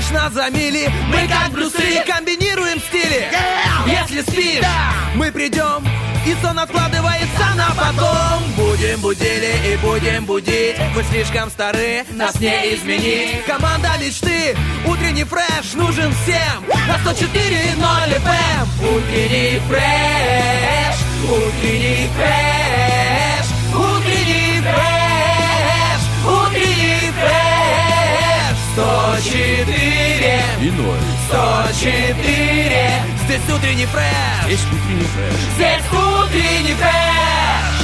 лишь нас за мили. Мы как Брюс Ли комбинируем стили. Если спишь, мы придем, и сон откладывается на потом. Будем будили и будем будить. Мы слишком стары, нас не изменить. Команда мечты, утренний фреш нужен всем. На 104.0 FM. Утренний фреш, утренний фреш, утренний фреш, утренний фреш. 104 и 0. 104. Здесь утренний фреш. Здесь утренний фреш. Здесь утренний фреш.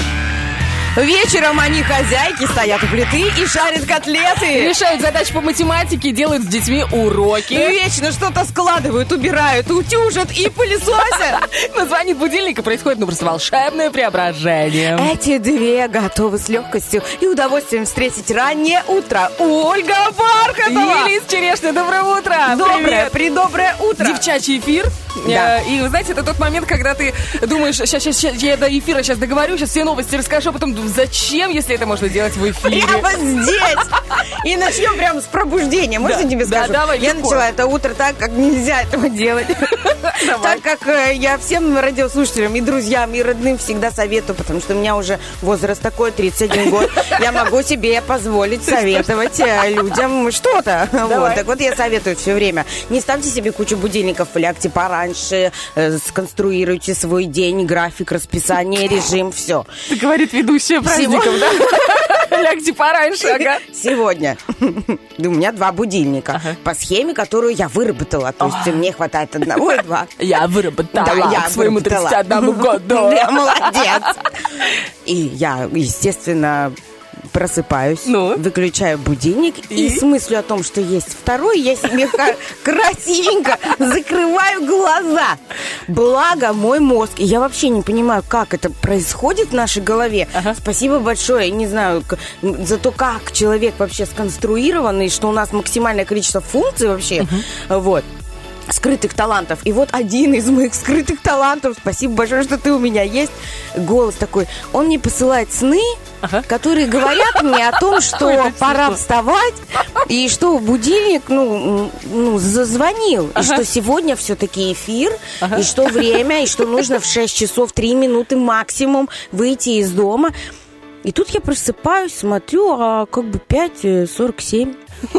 Вечером они, хозяйки, стоят у плиты и жарят котлеты. Решают задачи по математике, делают с детьми уроки. Вечно что-то складывают, убирают, утюжат и пылесосят. Но звонит будильник, и происходит просто волшебное преображение. Эти две готовы с легкостью и удовольствием встретить раннее утро. Ольга Бархатова! Елис Черешня, доброе утро! Доброе, предоброе утро! Девчачий эфир. Да. И, вы знаете, это тот момент, когда ты думаешь, сейчас я до эфира сейчас договорю, сейчас все новости расскажу, а потом зачем, если это можно делать в эфире? Прямо здесь! И начнем прямо с пробуждения. Можно тебе скажу? Да, давай, я легко. начала это утро так, как нельзя этого делать. Так как я всем радиослушателям и друзьям, и родным всегда советую, потому что у меня уже возраст такой, 31 год. Я могу себе позволить советовать людям что-то. Вот. Так вот я советую все время. Не ставьте себе кучу будильников, лягте пораньше, сконструируйте свой день, график, расписание, режим, все. Говорит ведущая праздников, да? Лягте пораньше, ага. Сегодня у меня 2 будильника по схеме, которую я выработала. То есть мне хватает одного и 2. Я выработала к своему выработала. 31 году. Да, молодец. И я, естественно, просыпаюсь, выключаю будильник и с мыслью о том, что есть второй, я себе красивенько закрываю глаза. Благо мой мозг. И я вообще не понимаю, как это происходит в нашей голове. Спасибо большое, не знаю, за то, как человек вообще сконструирован, и что у нас максимальное количество функций вообще. Вот. Скрытых талантов. И вот один из моих скрытых талантов, спасибо большое, что ты у меня есть, голос такой, он мне посылает сны, которые говорят мне о том, что пора вставать, и что будильник, зазвонил, и что сегодня все-таки эфир, и что время, и что нужно в 6 часов 3 минуты максимум выйти из дома. И тут я просыпаюсь, смотрю, а как бы 5:47.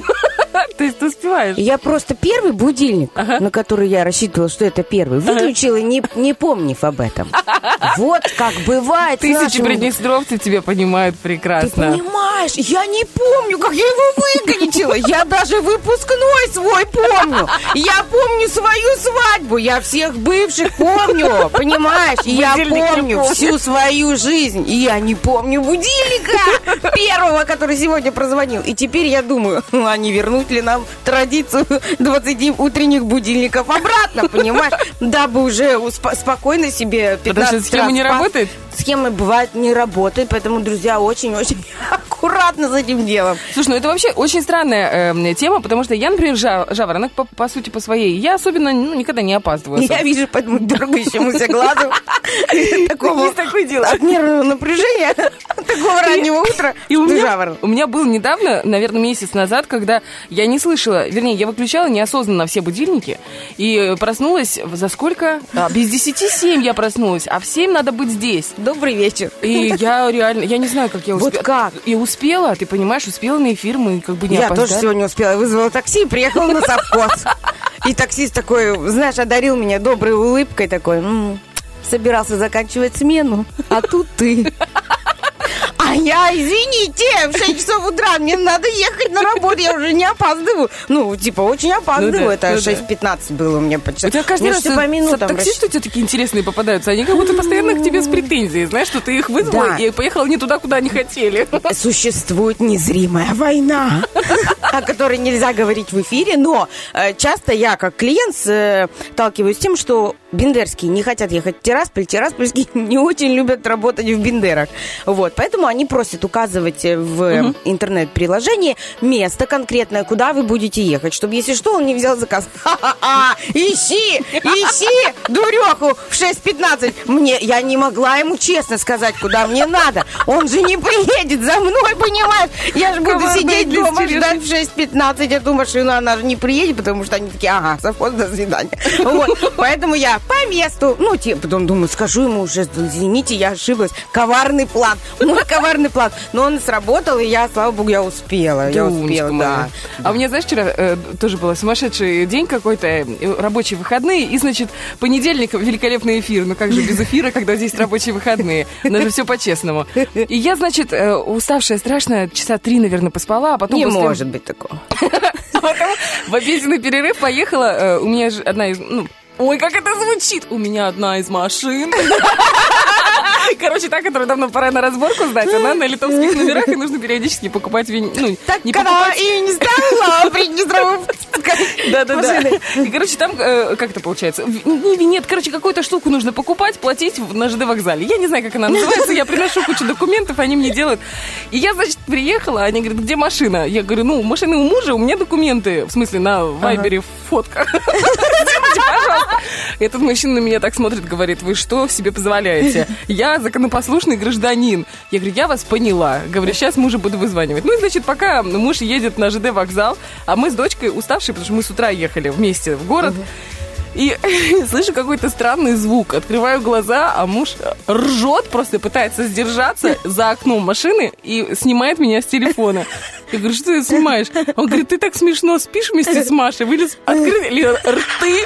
То есть ты успеваешь? Я просто первый будильник, на который я рассчитывала, что это первый, выключила, не помнив об этом. Вот как бывает. Тысячи приднестровцев тебя понимают прекрасно. Ты понимаешь, я не помню, как я его выключила. Я даже выпускной свой помню. Я помню свою свадьбу. Я всех бывших помню, понимаешь? Я помню всю свою жизнь. И я не помню будильника первого, который сегодня прозвонил. И теперь я думаю, а не вернуть ли нам традицию 20 утренних будильников обратно, понимаешь? Дабы уже спокойно себе 15 Потому что схема не работает? Схемы бывает не работают, поэтому, друзья, очень-очень аккуратно с этим делом. Слушай, это вообще очень странная тема, потому что я, например, Жавр, она по сути по своей, я особенно никогда не опаздываю. Я вижу по этому дергающемуся глазу Есть такое дело. от нервного напряжения такого раннего утра. И у меня был недавно, наверное, месяц назад, когда я не слышала, вернее, я выключала неосознанно все будильники и проснулась за сколько? Без 10:07 я проснулась, а в 7 надо быть здесь. Добрый вечер. И я реально, я не знаю, как я успела. Вот как? И успела, ты понимаешь, успела на эфир, мы как бы не опоздали. Я тоже сегодня успела. Я вызвала такси и приехала на совхоз. И таксист такой, знаешь, одарил меня доброй улыбкой такой. Собирался заканчивать смену, а тут ты. А я, извините, в 6 часов утра мне надо ехать на работу, я уже не опаздываю. Очень опаздываю. Это 6:15 было у меня почти. У тебя каждый раз по минутам таксисты у тебя такие интересные попадаются. Они как будто постоянно к тебе с претензией. Знаешь, что ты их вызвала и поехала не туда, куда они хотели. Существует незримая война, о которой нельзя говорить в эфире, но часто я, как клиент, сталкиваюсь с тем, что бендерские не хотят ехать в Тирасполь, тираспольские не очень любят работать в Бендерах. Вот, поэтому они просят указывать в интернет-приложении место конкретное, куда вы будете ехать, чтобы, если что, он не взял заказ. Ха-ха-ха! Ищи, дуреху в 6:15. Я не могла ему честно сказать, куда мне надо. Он же не приедет за мной, понимаешь? Я же буду сидеть дома, ждать в 6:15 эту машину, она же не приедет, потому что они такие, ага, совхоз, до свидания. Вот, поэтому я по месту, потом думаю, скажу ему уже, извините, я ошиблась, коварный план, мой коварный план. Но он сработал, и я, слава богу, я успела, да. А у меня, знаешь, вчера тоже был сумасшедший день какой-то, рабочие выходные, и, значит, понедельник великолепный эфир, как же без эфира, когда здесь рабочие выходные, у нас же все по-честному. И я, значит, уставшая страшно, часа 3, наверное, поспала, а потом... Не может быть такого. А потом в обеденный перерыв поехала, у меня же одна из... Ой, как это звучит! У меня одна из машин. Короче, та, которую давно пора на разборку сдать, она на литовских номерах, и нужно периодически покупать так, не покупать. И не стала Приднестровской. Да. И, короче, там, как это получается? Не винет, короче, какую-то штуку нужно покупать, платить на ЖД вокзале. Я не знаю, как она называется, я приношу кучу документов, они мне делают. И я, значит, приехала, они говорят, где машина? Я говорю, машина у мужа, у меня документы, в смысле, на Вайбере фотка. Сделайте, пожалуйста. Этот мужчина на меня так смотрит, говорит, вы что себе позволяете? Я законопослушный гражданин. Я говорю, я вас поняла. Говорю, сейчас мужа буду вызванивать. Ну и, значит, пока муж едет на ЖД вокзал, а мы с дочкой уставшие, потому что мы с утра ехали вместе в город, и слышу какой-то странный звук. Открываю глаза, а муж ржет, просто пытается сдержаться за окном машины и снимает меня с телефона. Я говорю, что ты снимаешь? Он говорит, ты так смешно спишь вместе с Машей. Открыли рты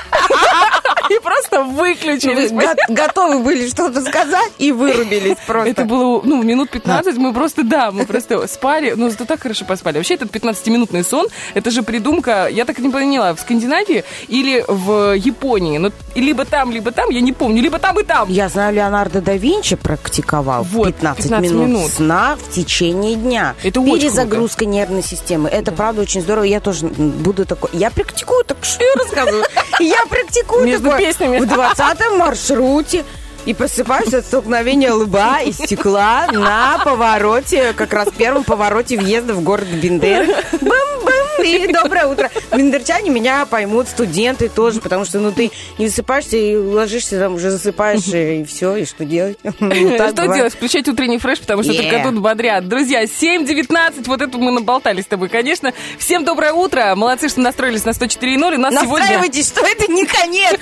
и просто выключились. Готовы были что-то сказать и вырубились просто. Это было, минут 15. Мы просто спали. Но зато так хорошо поспали. Вообще, этот 15-минутный сон, это же придумка, я так и не поняла, в Скандинавии или в Японии. Либо там, я не помню, либо там и там. Я знаю, Леонардо да Винчи практиковал 15 минут сна в течение дня. Это очень перезагрузка нервной системы. Это правда очень здорово. Я тоже буду такой. Я практикую, так что я рассказываю. Я практикую между песнями в 20-м маршруте. И просыпаюсь от столкновения лба и стекла на повороте, как раз первом повороте въезда в город Бендеры. Бам-бам! И доброе утро. Бендерчане меня поймут, студенты тоже, потому что, ты не высыпаешься и ложишься, там уже засыпаешь, и все, и что делать? Что делать? Включать утренний фреш, потому что только тут бодрят. Друзья, 7:19, вот это мы наболтали с тобой, конечно. Всем доброе утро. Молодцы, что настроились на 104.0. Настраивайтесь, что это не конец.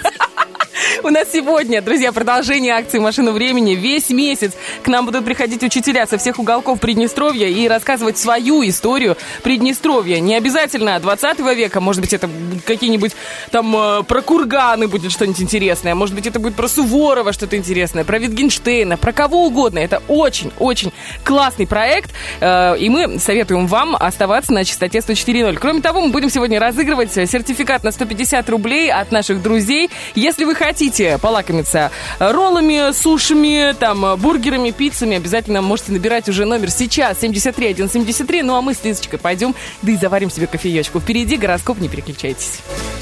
У нас сегодня, друзья, продолжение акции «Машина времени». Весь месяц к нам будут приходить учителя со всех уголков Приднестровья и рассказывать свою историю Приднестровья. Не обязательно 20 века, может быть, это какие-нибудь там про курганы будет что-нибудь интересное, может быть, это будет про Суворова что-то интересное, про Витгенштейна, про кого угодно. Это очень-очень классный проект, и мы советуем вам оставаться на частоте 104.0. Кроме того, мы будем сегодня разыгрывать сертификат на 150 рублей от наших друзей. Если вы хотите полакомиться роллами, сушами, бургерами, пиццами, обязательно можете набирать уже номер сейчас 73173. Ну а мы с Лизочкой пойдем, да и заварим себе кофеечку. Впереди гороскоп, не переключайтесь.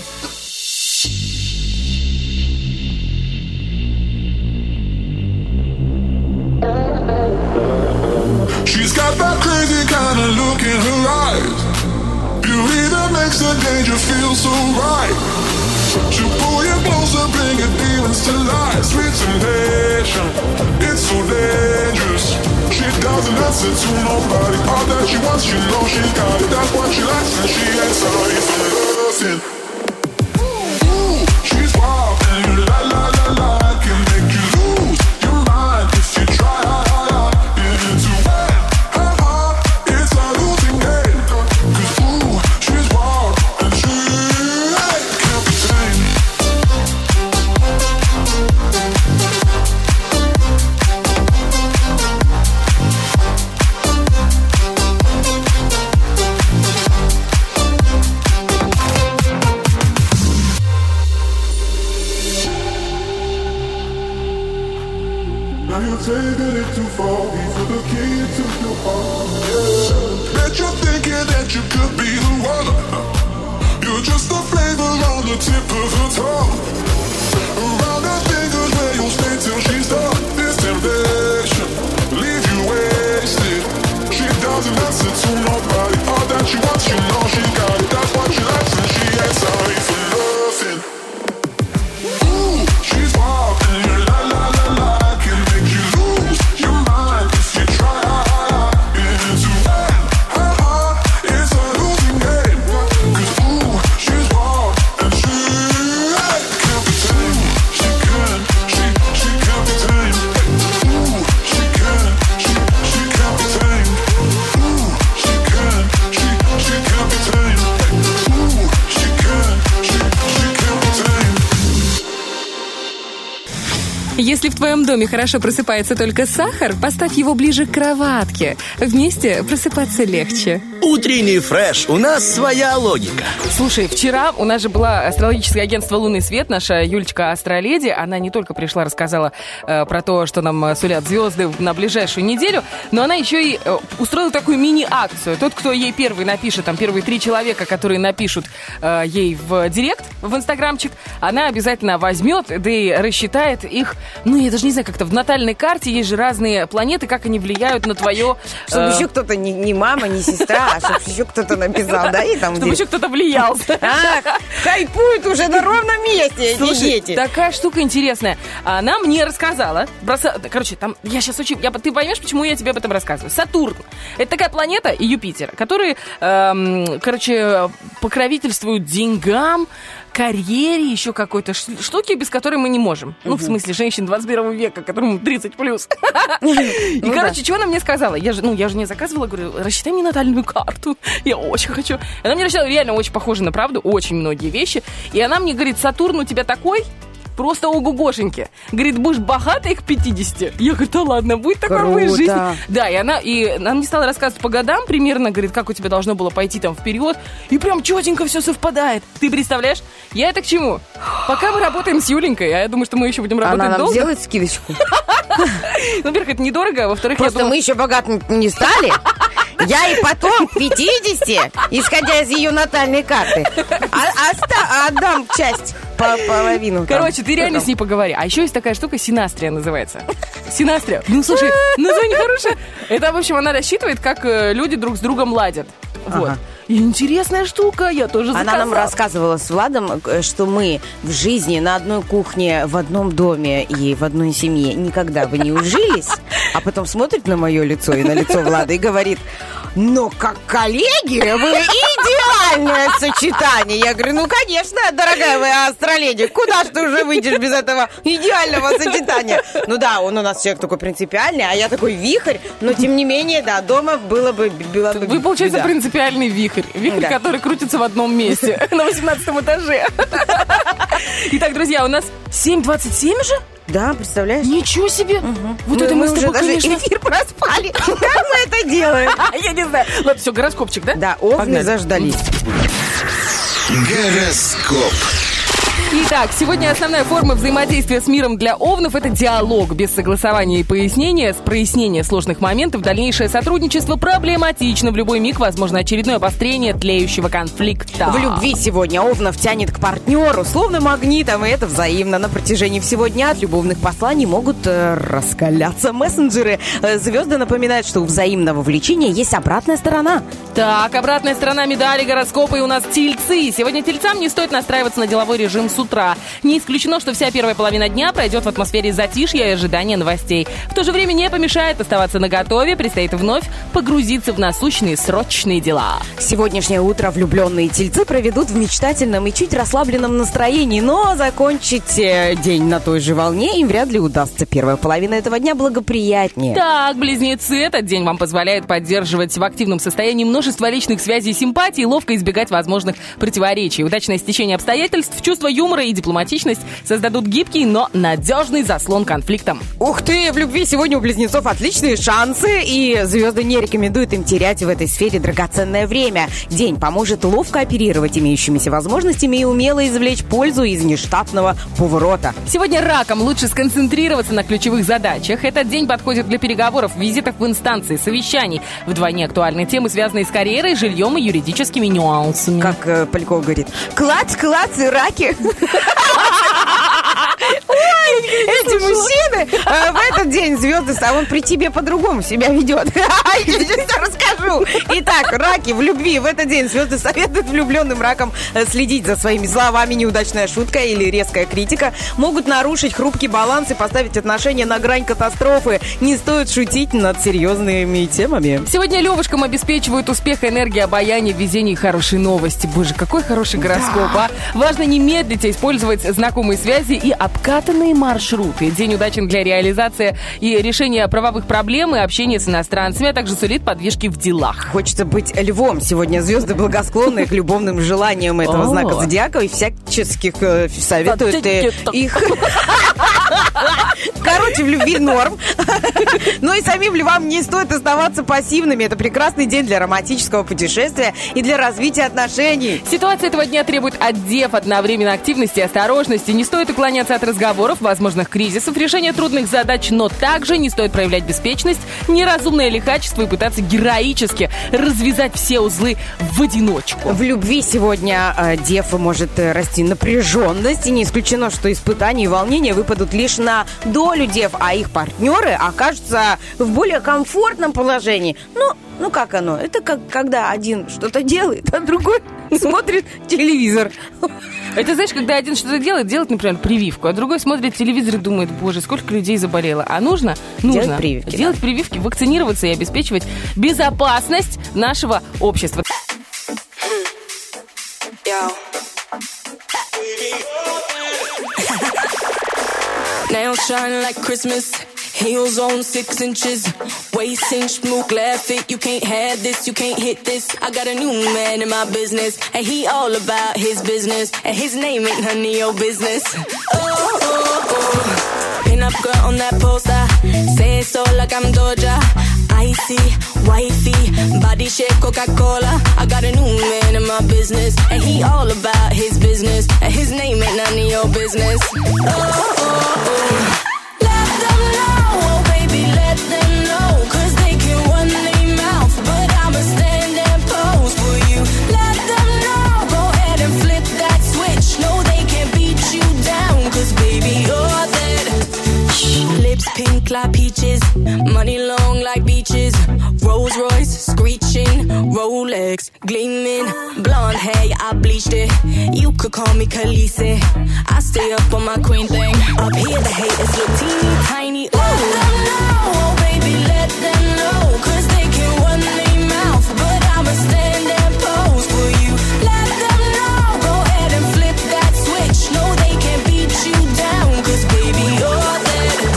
She's got that crazy kind of look in her eyes. Beauty that makes the danger feel so right. She'll pull you closer, bring your demons to life. Sweet temptation, it's so dangerous. She doesn't answer to nobody. All that she wants, she knows she got it. That's what she likes, and she ain't sorry for nothing. Ooh, she's wild, and you la la la la can make you lose your mind if you try. Into her heart, it's a losing game. 'Cause ooh, she's wild, and she can't be tamed. Now you're taking it too far. These are the keys to your heart. Yeah. Bet you're thinking that you could be the one. You're just a flavor on the tip of her tongue. Around her Если в твоем доме хорошо просыпается только сахар, поставь его ближе к кроватке. Вместе просыпаться легче. Утренний фреш. У нас своя логика. Слушай, вчера у нас же было астрологическое агентство «Лунный свет», наша Юлечка Астроледи. Она не только пришла, рассказала про то, что нам сулят звезды на ближайшую неделю, но она еще и устроила такую мини-акцию. Тот, кто ей первый напишет, там первые 3 человека, которые напишут ей в директ, в инстаграмчик, она обязательно возьмет, да и рассчитает их, я даже не знаю, как-то в натальной карте есть же разные планеты, как они влияют на твое... Чтобы еще кто-то, не мама, не сестра, а чтобы еще кто-то написал, да? И там чтобы еще кто-то влиял. Хайпуют уже на ровном месте эти дети. Такая штука интересная. Она мне рассказала. Короче, там я сейчас очень... Ты поймешь, почему я тебе об этом рассказываю. Сатурн. Это такая планета и Юпитер, которые, покровительствуют деньгам, карьере, еще какой-то штуки, без которой мы не можем. В смысле, женщин 21 века, которым 30+. И, короче, чего она мне сказала? Я же не заказывала, говорю, рассчитай мне натальную карту. Я очень хочу. Она мне рассчитала, реально очень похоже на правду, очень многие вещи. И она мне говорит, Сатурн у тебя такой... Просто ого-гошеньки. Говорит, будешь богатой к 50. Я говорю, да ладно, будет такая жизнь. Да, и она мне стала рассказывать по годам примерно, говорит, как у тебя должно было пойти там вперед. И прям четенько все совпадает. Ты представляешь? Я это к чему? Пока мы работаем с Юленькой, а я думаю, что мы еще будем работать долго. Она нам сделает скидочку? Во-первых, это недорого, а во-вторых, просто мы еще богатыми не стали. Я и потом к 50, исходя из ее натальной карты, отдам часть, половину. Короче, ты реально с ней поговори. А еще есть такая штука, синастрия называется. Синастрия. Слушай, название хорошее. Это, в общем, она рассчитывает, как люди друг с другом ладят. Вот. И интересная штука, я тоже заказала. Она нам рассказывала с Владом, что мы в жизни на одной кухне, в одном доме и в одной семье никогда бы не ужились, а потом смотрит на мое лицо и на лицо Влада и говорит, но как коллеги вы идеальное сочетание. Я говорю, конечно, дорогая моя астроледи, куда ж ты уже выйдешь без этого идеального сочетания? Он у нас человек такой принципиальный, а я такой вихрь, но тем не менее, да, дома было бы Вы, получается, принципиальный вихрь. Вихрь, который крутится в одном месте на 18 этаже. Итак, друзья, у нас 7:27 же? Да, представляешь? Ничего себе! Вот это мы с тобой, даже конечно... эфир проспали. Как мы это делаем? Я не знаю. Ладно, все, гороскопчик, да? Да, овны заждались. Гороскоп. Итак, сегодня основная форма взаимодействия с миром для овнов – это диалог без согласования и пояснения, с прояснения сложных моментов. Дальнейшее сотрудничество проблематично. В любой миг возможно очередное обострение тлеющего конфликта. В любви сегодня овнов тянет к партнеру, словно магнитом, и это взаимно. На протяжении всего дня от любовных посланий могут раскаляться мессенджеры. Звезды напоминают, что у взаимного влечения есть обратная сторона. Так, обратная сторона медали гороскопа, и у нас тельцы. Сегодня тельцам не стоит настраиваться на деловой режим с утра. Не исключено, что вся первая половина дня пройдет в атмосфере затишья и ожидания новостей. В то же время не помешает оставаться наготове, предстоит вновь погрузиться в насущные срочные дела. Сегодняшнее утро влюбленные тельцы проведут в мечтательном и чуть расслабленном настроении, но закончить день на той же волне им вряд ли удастся. Первая половина этого дня благоприятнее. Так, близнецы, этот день вам позволяет поддерживать в активном состоянии множество личных связей и симпатий и ловко избегать возможных противоречий. Удачное стечение обстоятельств, чувство юмора и дипломатичность создадут гибкий, но надежный заслон конфликтам. Ух ты, в любви сегодня у близнецов отличные шансы, и звезды не рекомендуют им терять в этой сфере драгоценное время. День поможет ловко оперировать имеющимися возможностями и умело извлечь пользу из нештатного поворота. Сегодня ракам лучше сконцентрироваться на ключевых задачах. Этот день подходит для переговоров, визитов в инстанции, совещаний. Вдвойне актуальны темы, связанные с карьерой, жильем и юридическими нюансами. Как Поляков говорит, клац, раки. Эти мужчины в этот день звезды, а он при тебе по-другому себя ведет. Я сейчас расскажу. Итак, раки в любви. В этот день звезды советуют влюбленным ракам следить за своими словами. Неудачная шутка или резкая критика могут нарушить хрупкий баланс и поставить отношения на грань катастрофы. Не стоит шутить над серьезными темами. Сегодня левушкам обеспечивают успех, энергия, обаяние, везение и хорошие новости. Боже, какой хороший гороскоп, а! Важно не медлить, а использовать знакомые связи и обкатанные маршруты. День удачен для реализации и решения правовых проблем и общения с иностранцами, а также сулит подвижки в делах. Хочется быть львом. Сегодня звезды благосклонны к любовным желаниям этого знака зодиака и всяческих советуют их Короче, в любви норм. Но и самим львам не стоит оставаться пассивными. Это прекрасный день для романтического путешествия и для развития отношений. Ситуация этого дня требует от дев одновременно активности и осторожности. Не стоит уклоняться от разговоров, возможных кризисов, решения трудных задач, но также не стоит проявлять беспечность, неразумное лихачество и пытаться героически развязать все узлы в одиночку. В любви сегодня дев может расти напряженность, и не исключено, что испытания и волнения выпадут лишь на долю дев, а их партнеры окажутся в более комфортном положении. Ну как оно? Это как когда один что-то делает, а другой смотрит телевизор. Это, знаешь, когда один что-то делает, например, прививку, а другой смотрит телевизор и думает: боже, сколько людей заболело. А нужно делать прививки, делать прививки, вакцинироваться и обеспечивать безопасность нашего общества. Nails shine like Christmas, heels on 6 inches, waist inch, move glad fit. You can't have this, you can't hit this. I got a new man in my business, and he all about his business, and his name ain't none of your business. Oh, oh, oh. Pin up girl on that poster, say it so like I'm Doja. Icy, wifey, body shape Coca-Cola. I got a new man in my business, and he all about his business, and his name ain't none of your business. Oh, oh, oh. Let them know, oh baby, let them know, 'cause they can run their mouth, but I'ma stand and pose for you. Let them know, go ahead and flip that switch. No, they can't beat you down, 'cause baby, you're that. Lips pink like peaches, money long like beaches, Rolls Royce screeching, Rolex gleaming, blonde hair, I bleached it. You could call me Khaleesi. I stay up on my queen thing. Up here the haters look teeny tiny. Ooh. Let them know, oh baby, let them know, 'cause they can run their mouth, but I'ma stand and pose for you. Let them know, go ahead and flip that switch. No, they can't beat you down, 'cause baby, you're that.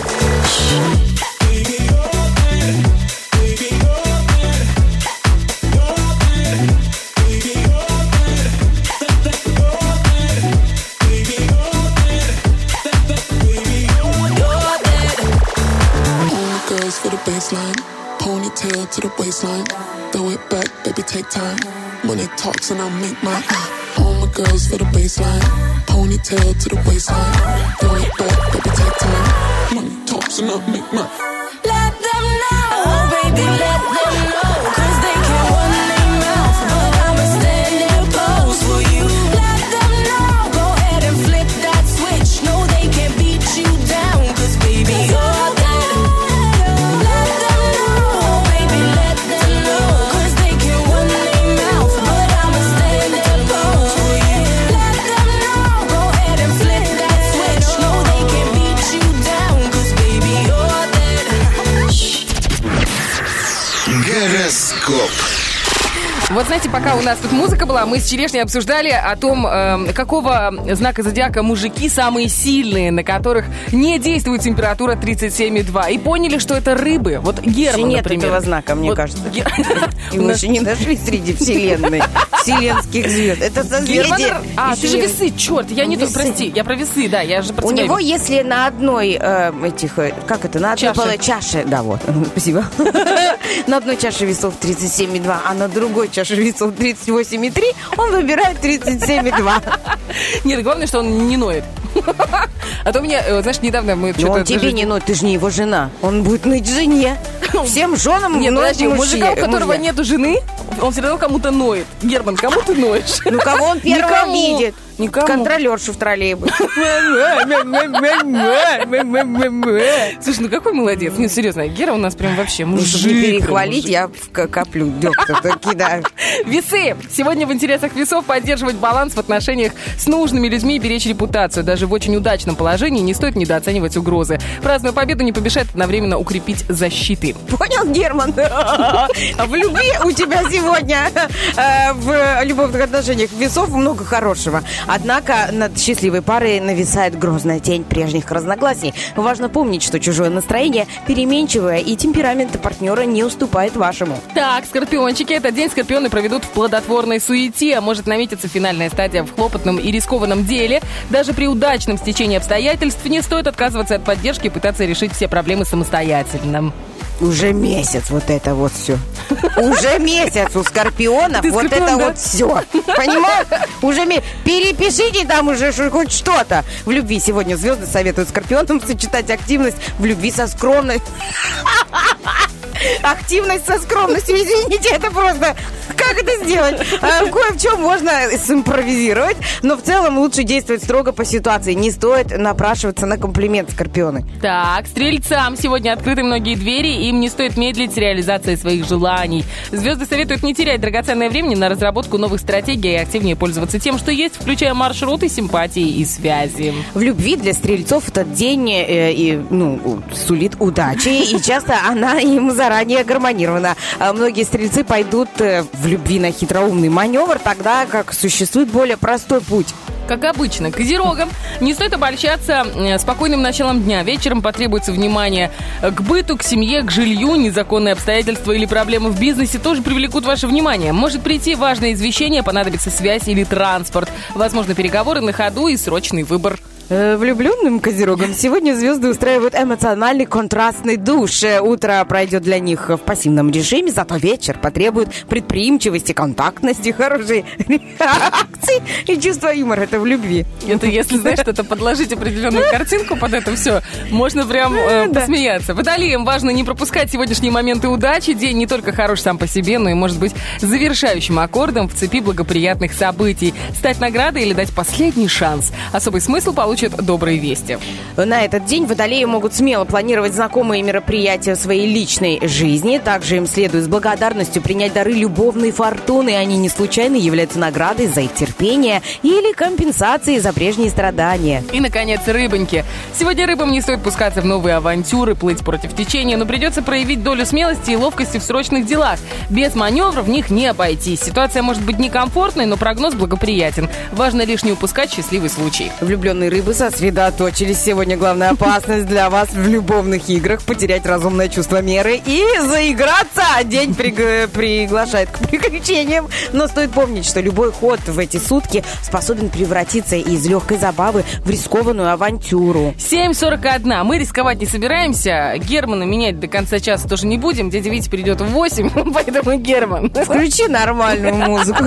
For the baseline, ponytail to the waistline. Throw it back, baby, take time. Money talks and I make mine. All my girls for the baseline, ponytail to the waistline. Throw it back, baby, take time. Money talks and I make mine. Let them know, oh baby, let them know, 'cause they can run their mouth, but I'ma stand and pose for you. Let them know, go ahead and flip that switch. No, they can't beat you down, 'cause baby, you're that. Гороскоп. Вот знаете, пока у нас тут музыка была, мы с Черешней обсуждали о том, какого знака зодиака мужики самые сильные, на которых не действует температура 37,2. И поняли, что это рыбы. Вот Герман, нет например. этого знака, мне кажется. Его еще не нашли среди вселенной, вселенских звезд. Это созвездие. Ты же весы, черт, я не то, прости, я про весы, да, я же про тебя. У него, если на одной как это, на одной чаше, да, вот, спасибо, на одной чаше весов 37,2, а на другой чаше весов 38,3, он выбирает 37,2. Нет, главное, что он не ноет. А то у меня, знаешь, недавно мы что-то... Он тебе не ноет, ты же не его жена. Он будет ныть жене. Всем женам ноет мужчина. Мужика, у которого нету жены, он все равно кому-то ноет. Герман, кому ты ноешь? Ну, кого он первым видит? Никому. Контролершу в троллейбусе. Слушай, ну какой молодец. Нет, серьезно, Гера у нас прям вообще мужик. Не перехвалить, я коплю дёгтя кидаю. Весы. Сегодня в интересах весов поддерживать баланс в отношениях с нужными людьми и беречь репутацию. Даже в очень удачном положении не стоит недооценивать угрозы. Праздную победу не помешает одновременно укрепить защиты. Понял, Герман? В любви у тебя сегодня в любовных отношениях весов много хорошего. Однако над счастливой парой нависает грозная тень прежних разногласий. Важно помнить, что чужое настроение переменчивое, и темперамент партнера не уступает вашему. Так, скорпиончики, этот день скорпионы проведут в плодотворной суете. Может наметиться финальная стадия в хлопотном и рискованном деле. Даже при удачном стечении обстоятельств не стоит отказываться от поддержки и пытаться решить все проблемы самостоятельно. Уже месяц вот это вот все. Уже месяц у скорпионов вот это да? вот все. Понимаешь? Уже перепишите там уже хоть что-то. В любви сегодня звезды советуют скорпионам сочетать активность в любви со скромностью. Активность со скромностью, извините, это просто... Как это сделать? Кое в чем можно симпровизировать, но в целом лучше действовать строго по ситуации. Не стоит напрашиваться на комплимент, скорпионы. Так, стрельцам сегодня открыты многие двери, им не стоит медлить с реализацией своих желаний. Звезды советуют не терять драгоценное время на разработку новых стратегий и активнее пользоваться тем, что есть, включая маршруты, симпатии и связи. В любви для стрельцов этот день сулит удачи, и часто она им заранее гармонирована. Многие стрельцы пойдут в любви на хитроумный маневр, тогда как существует более простой путь. Как обычно, козерогам не стоит обольщаться спокойным началом дня. Вечером потребуется внимание к быту, к семье, к жилью. Незаконные обстоятельства или проблемы в бизнесе тоже привлекут ваше внимание. Может прийти важное извещение, понадобится связь или транспорт. Возможно, переговоры на ходу и срочный выбор. Влюбленным козерогам сегодня звезды устраивают эмоциональный контрастный душ. Утро пройдет для них в пассивном режиме, зато вечер потребует предприимчивости, контактности, хорошей реакции и чувства юмора. Это в любви. Это если, знаешь, что-то подложить определенную картинку под это все, можно прям посмеяться. Водолеям важно не пропускать сегодняшние моменты удачи. День не только хорош сам по себе, но и может быть завершающим аккордом в цепи благоприятных событий. Стать наградой или дать последний шанс. Особый смысл получит добрые вести. На этот день водолеи могут смело планировать знакомые мероприятия в своей личной жизни. Также им следует с благодарностью принять дары любовной фортуны. Они не случайно являются наградой за их терпение или компенсацией за прежние страдания. И, наконец, рыбоньки. Сегодня рыбам не стоит пускаться в новые авантюры, плыть против течения, но придется проявить долю смелости и ловкости в срочных делах. Без маневров в них не обойтись. Ситуация может быть некомфортной, но прогноз благоприятен. Важно лишь не упускать счастливый случай. Влюбленные рыбы сосредоточились. Сегодня главная опасность для вас в любовных играх — потерять разумное чувство меры и заиграться. День приглашает к приключениям. Но стоит помнить, что любой ход в эти сутки способен превратиться из легкой забавы в рискованную авантюру. 7:41. Мы рисковать не собираемся. Германа менять до конца часа тоже не будем. Дядя Витя придет в 8, поэтому Герман. Включи нормальную музыку.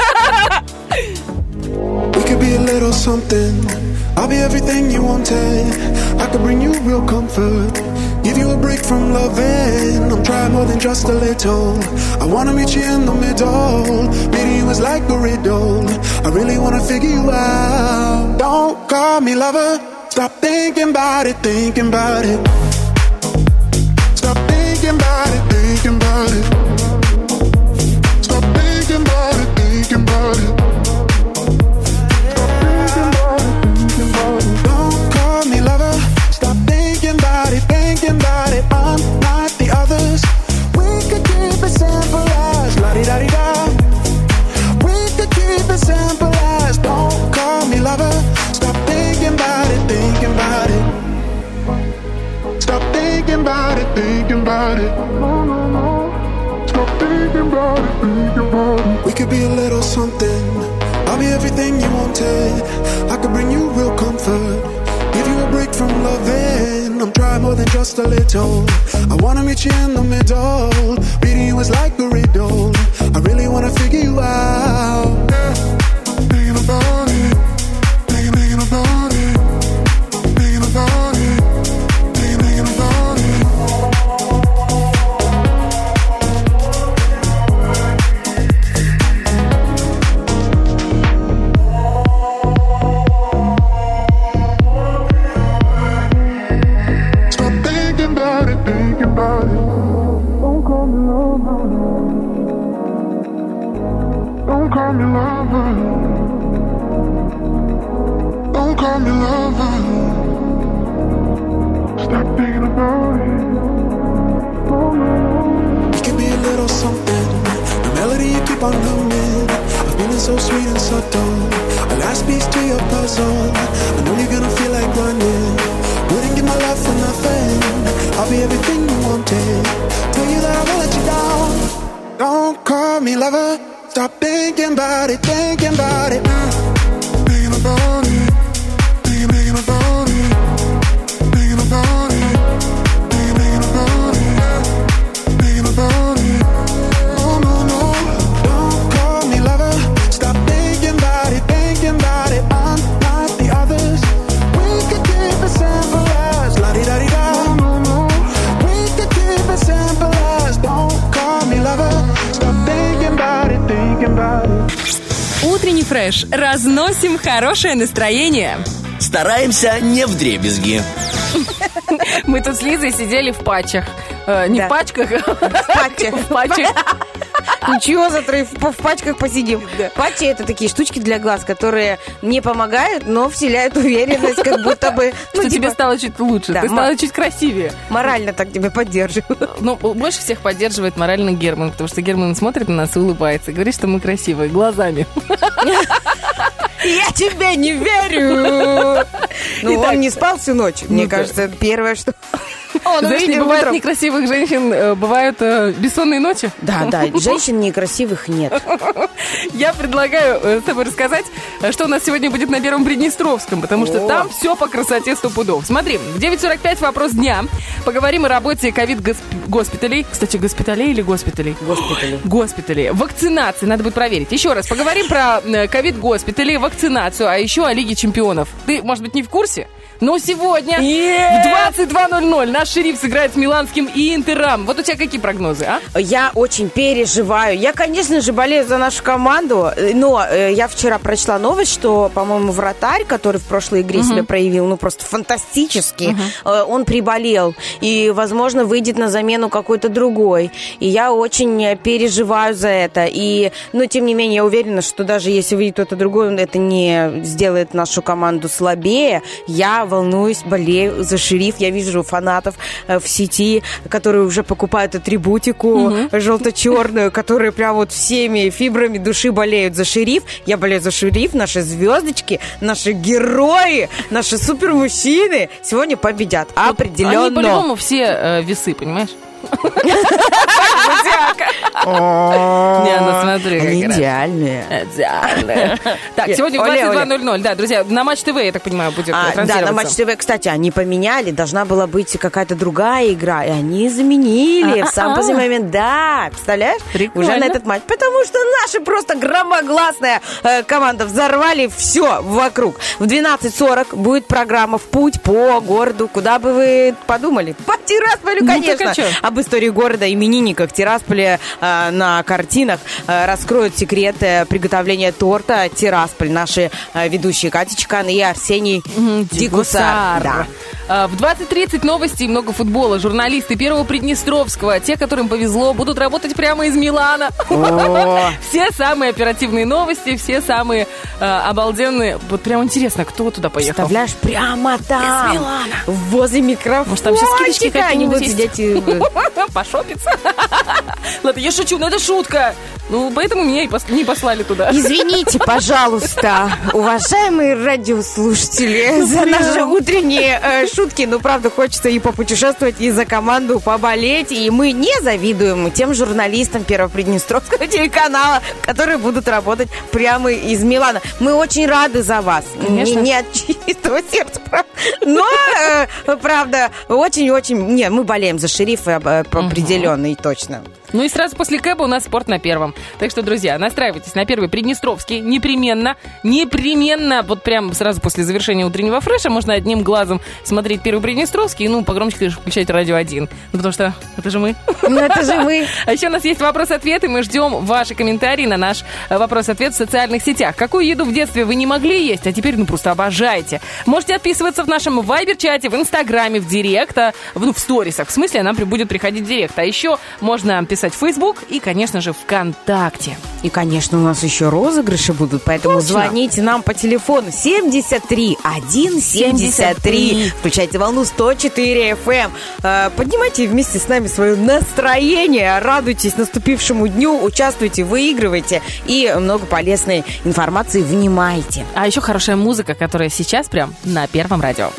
We could be a little something. I'll be everything you wanted. I could bring you real comfort, give you a break from loving. I'm trying more than just a little. I wanna meet you in the middle. Meeting you is like a riddle. I really wanna figure you out. Don't call me lover. Stop thinking about it, thinking about it. Stop thinking about it, thinking about it. Stop thinking about it, thinking about it. About it, I'm not the others. We could keep it simple as la-di-da-di-da. We could keep it simple as don't call me lover. Stop thinking about it, thinking about it. Stop thinking about it, thinking about it. Stop thinking about it, thinking about it. We could be a little something. I'll be everything you wanted. I could bring you real comfort, give you a break from loving. I'm trying more than just a little. I wanna meet you in the middle. Reading you is like a riddle. I really wanna figure you out. Yeah. Thinking about it. Thinking about it. Thinking about it. Thinking about it. Don't call me lover. Don't call me lover. Stop thinking about it. We could be a little something. The melody you keep on humming, a feeling so sweet and subtle. A last piece to your puzzle. I know you're gonna feel like running. Wouldn't give my love for nothing. I'll be everything you wanted. Tell you that I won't let you down. Don't call me lover. Stop thinking about it, thinking about it. Thinking about it. Thinking about it. Thinking about it. Thinking about it. Thinking about it. No, no, no. Don't call me lover. Stop thinking about it, thinking about it. I'm not the others. We could keep it simple as la-di-da-di-da. No, no, no. We could keep it simple as don't call me lover. Stop thinking about it, thinking about it. Утренний фреш. Разносим хорошее настроение. Стараемся не вдребезги. Мы тут с Лизой сидели в патчах. Не в пачках, В патчах. Ничего, завтра в пачках посидим. Патчи — это такие штучки для глаз, которые не помогают, но вселяют уверенность, как будто бы... Что тебе стало чуть лучше, ты стала чуть красивее. Морально так тебя поддерживают. Ну, больше всех поддерживает морально Герман, потому что Герман смотрит на нас и улыбается, говорит, что мы красивые, глазами. Я тебе не верю! Ну, он не спал всю ночь, мне кажется, это первое, что... Знаешь, не бывает некрасивых женщин, бывают бессонные ночи? Да, женщин некрасивых нет. Я предлагаю с тобой рассказать, что у нас сегодня будет на Первом Приднестровском, потому что там все по красоте 100 пудов. Смотри, в 9:45 вопрос дня. Поговорим о работе ковид-госпиталей. Кстати, госпиталей или госпиталей? Госпиталей. Вакцинации, надо будет проверить. Еще раз, поговорим про ковид-госпитали, вакцинацию, а еще о Лиге чемпионов. Ты, может быть, не в курсе? Но сегодня в 22:00 наш Шериф сыграет с миланским Интером. Вот у тебя какие прогнозы, а? Я очень переживаю. Я, конечно же, болею за нашу команду, но я вчера прочла новость, что, по-моему, вратарь, который в прошлой игре себя проявил, просто фантастически, он приболел. И, возможно, выйдет на замену какой-то другой. И я очень переживаю за это. Но, тем не менее, я уверена, что даже если выйдет кто-то другой, это не сделает нашу команду слабее. Я волнуюсь, болею за Шериф. Я вижу фанатов в сети, которые уже покупают атрибутику желто-черную, которые прям вот всеми фибрами души болеют за Шериф. Я болею за Шериф, наши звездочки, наши герои, наши супермужчины сегодня победят. Определенно. Они по-любому все весы, понимаешь? Не, ну смотри, они идеальные. Так, сегодня в 22:00, да, друзья, на Матч ТВ, я так понимаю, будет транслироваться. Да, на Матч ТВ, кстати, они поменяли, должна была быть какая-то другая игра, и они заменили в самый последний момент. Да, представляешь? Уже на этот матч, потому что наши просто громогласная команда взорвали все вокруг. В 12:40 будет программа «В путь по городу». Куда бы вы подумали? По Тирасполю, конечно. Об истории города, именинниках Тирасполя на картинах раскроют секреты приготовления торта Тирасполь. Наши ведущие Катя Чекан и Арсений Дикусар. Да. В 20:30 новости и много футбола. Журналисты Первого Приднестровского, те, которым повезло, будут работать прямо из Милана. Все самые оперативные новости, все самые обалденные. Вот прям интересно, кто туда поехал. Представляешь, прямо там, возле микрофона. Может, там сейчас скидочки какие-нибудь есть? Пошопиться. Ладно, я шучу, но это шутка. Ну, поэтому меня и не послали туда. Извините, пожалуйста, уважаемые радиослушатели, за наши утренние шутки. Ну, правда, хочется и попутешествовать, и за команду поболеть. И мы не завидуем тем журналистам Первого Приднестровского телеканала, которые будут работать прямо из Милана. Мы очень рады за вас. Конечно. Не от чистого сердца, правда. Но, правда, очень-очень... Не, мы болеем за Шерифа определенно и точно. Ну и сразу после Кэба у нас спорт на Первом. Так что, друзья, настраивайтесь на Первый Приднестровский непременно, вот прям сразу после завершения утреннего фреша можно одним глазом смотреть Первый Приднестровский, ну, погромче, конечно, включать Радио 1. Ну, потому что это же мы. Ну, это же мы. А еще у нас есть вопрос-ответ, и мы ждем ваши комментарии на наш вопрос-ответ в социальных сетях. Какую еду в детстве вы не могли есть, а теперь, просто обожаете? Можете отписываться в нашем вайбер-чате, в Инстаграме, в Директ, в сторисах. В смысле, нам будет приходить в Директ. А еще можно писать писать в Facebook и, конечно же, ВКонтакте. И, конечно, у нас еще розыгрыши будут, поэтому звоните нам по телефону 73 173. Включайте волну 104 FM. Поднимайте вместе с нами свое настроение, радуйтесь наступившему дню, участвуйте, выигрывайте и много полезной информации внимайте. А еще хорошая музыка, которая сейчас прям на Первом радио.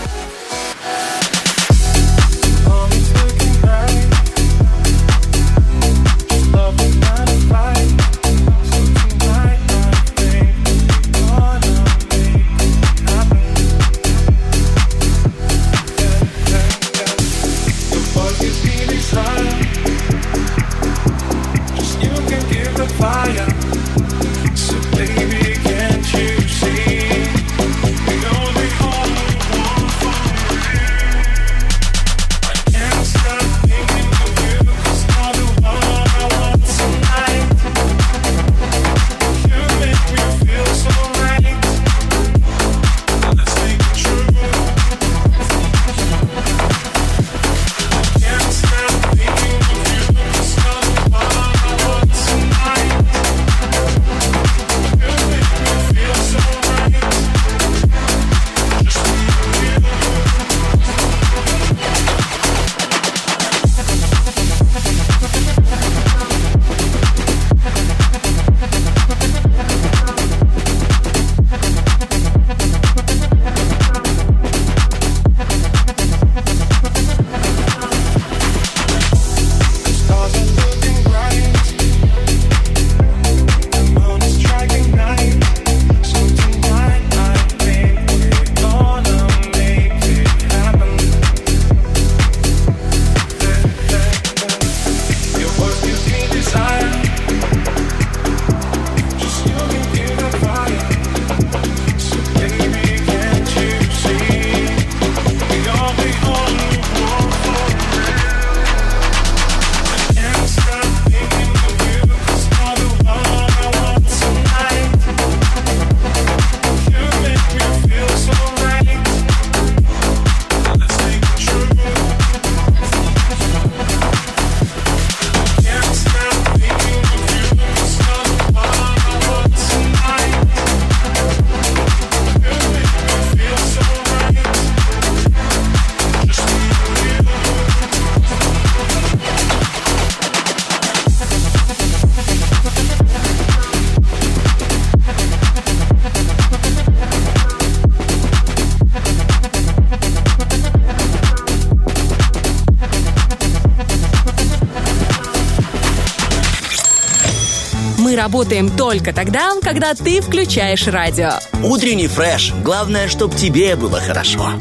Мы работаем только тогда, когда ты включаешь радио. Утренний фреш. Главное, чтобы тебе было хорошо.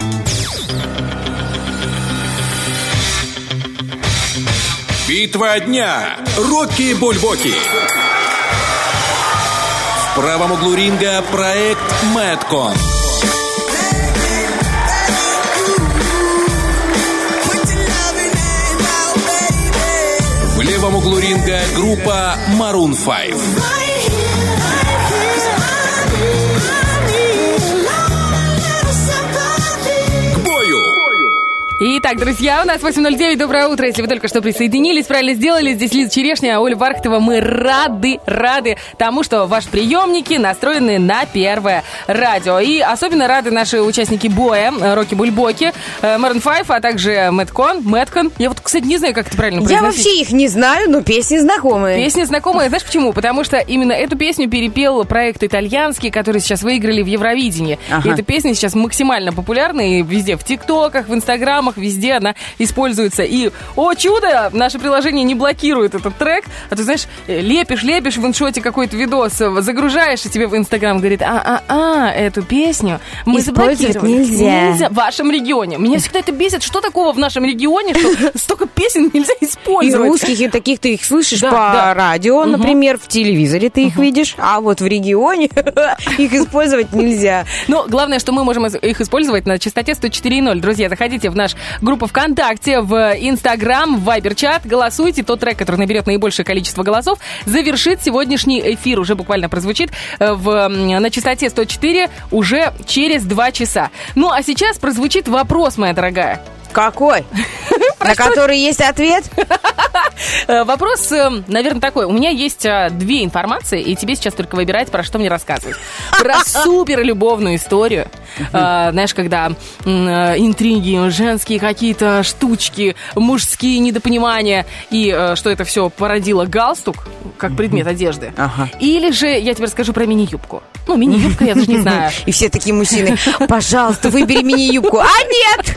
Битва дня. Рокки Бульбоки. В правом углу ринга проект Мэткон. В левом углу ринга группа Maroon 5. Итак, друзья, у нас 8:09. Доброе утро. Если вы только что присоединились, правильно сделали. Здесь Лиза Черешня, Оля Бархатова. Мы рады тому, что ваши приемники настроены на Первое радио. И особенно рады наши участники боя, Рокки Бульбоки, Maroon 5, а также Мэткон. Я вот, кстати, не знаю, как это правильно произносить. Я вообще их не знаю, но песни знакомые. Песни знакомые. Знаешь почему? Потому что именно эту песню перепел проект итальянский, который сейчас выиграли в Евровидении. Ага. И эта песня сейчас максимально популярна и везде, в ТикТоках, в Инстаграмах, везде она используется. И, о чудо, наше приложение не блокирует этот трек. А ты знаешь, лепишь в иншоте какой-то видос, загружаешь, и тебе в Инстаграм говорит, эту песню мы заблокировали. Нельзя в вашем регионе. Меня всегда это бесит. Что такого в нашем регионе, что столько песен нельзя использовать? И русских, и таких ты их слышишь по радио, например, в телевизоре ты их видишь, а вот в регионе их использовать нельзя. Но главное, что мы можем их использовать на частоте 104.0. Друзья, заходите в наш группу ВКонтакте, в Инстаграм, в Вайбер-чат, голосуйте. Тот трек, который наберет наибольшее количество голосов, завершит сегодняшний эфир. Уже буквально прозвучит на частоте 104 уже через 2 часа. Ну, а сейчас прозвучит вопрос, моя дорогая. Какой? На который есть ответ? Вопрос, наверное, такой. У меня есть две информации, и тебе сейчас только выбирать, про что мне рассказывать. Про суперлюбовную историю. Знаешь, когда интриги, женские какие-то штучки, мужские недопонимания, и что это все породило галстук, как предмет одежды. Или же я тебе расскажу про мини-юбку. Ну, мини-юбка, я даже не знаю. И все такие мужчины: пожалуйста, выбери мини-юбку. А нет!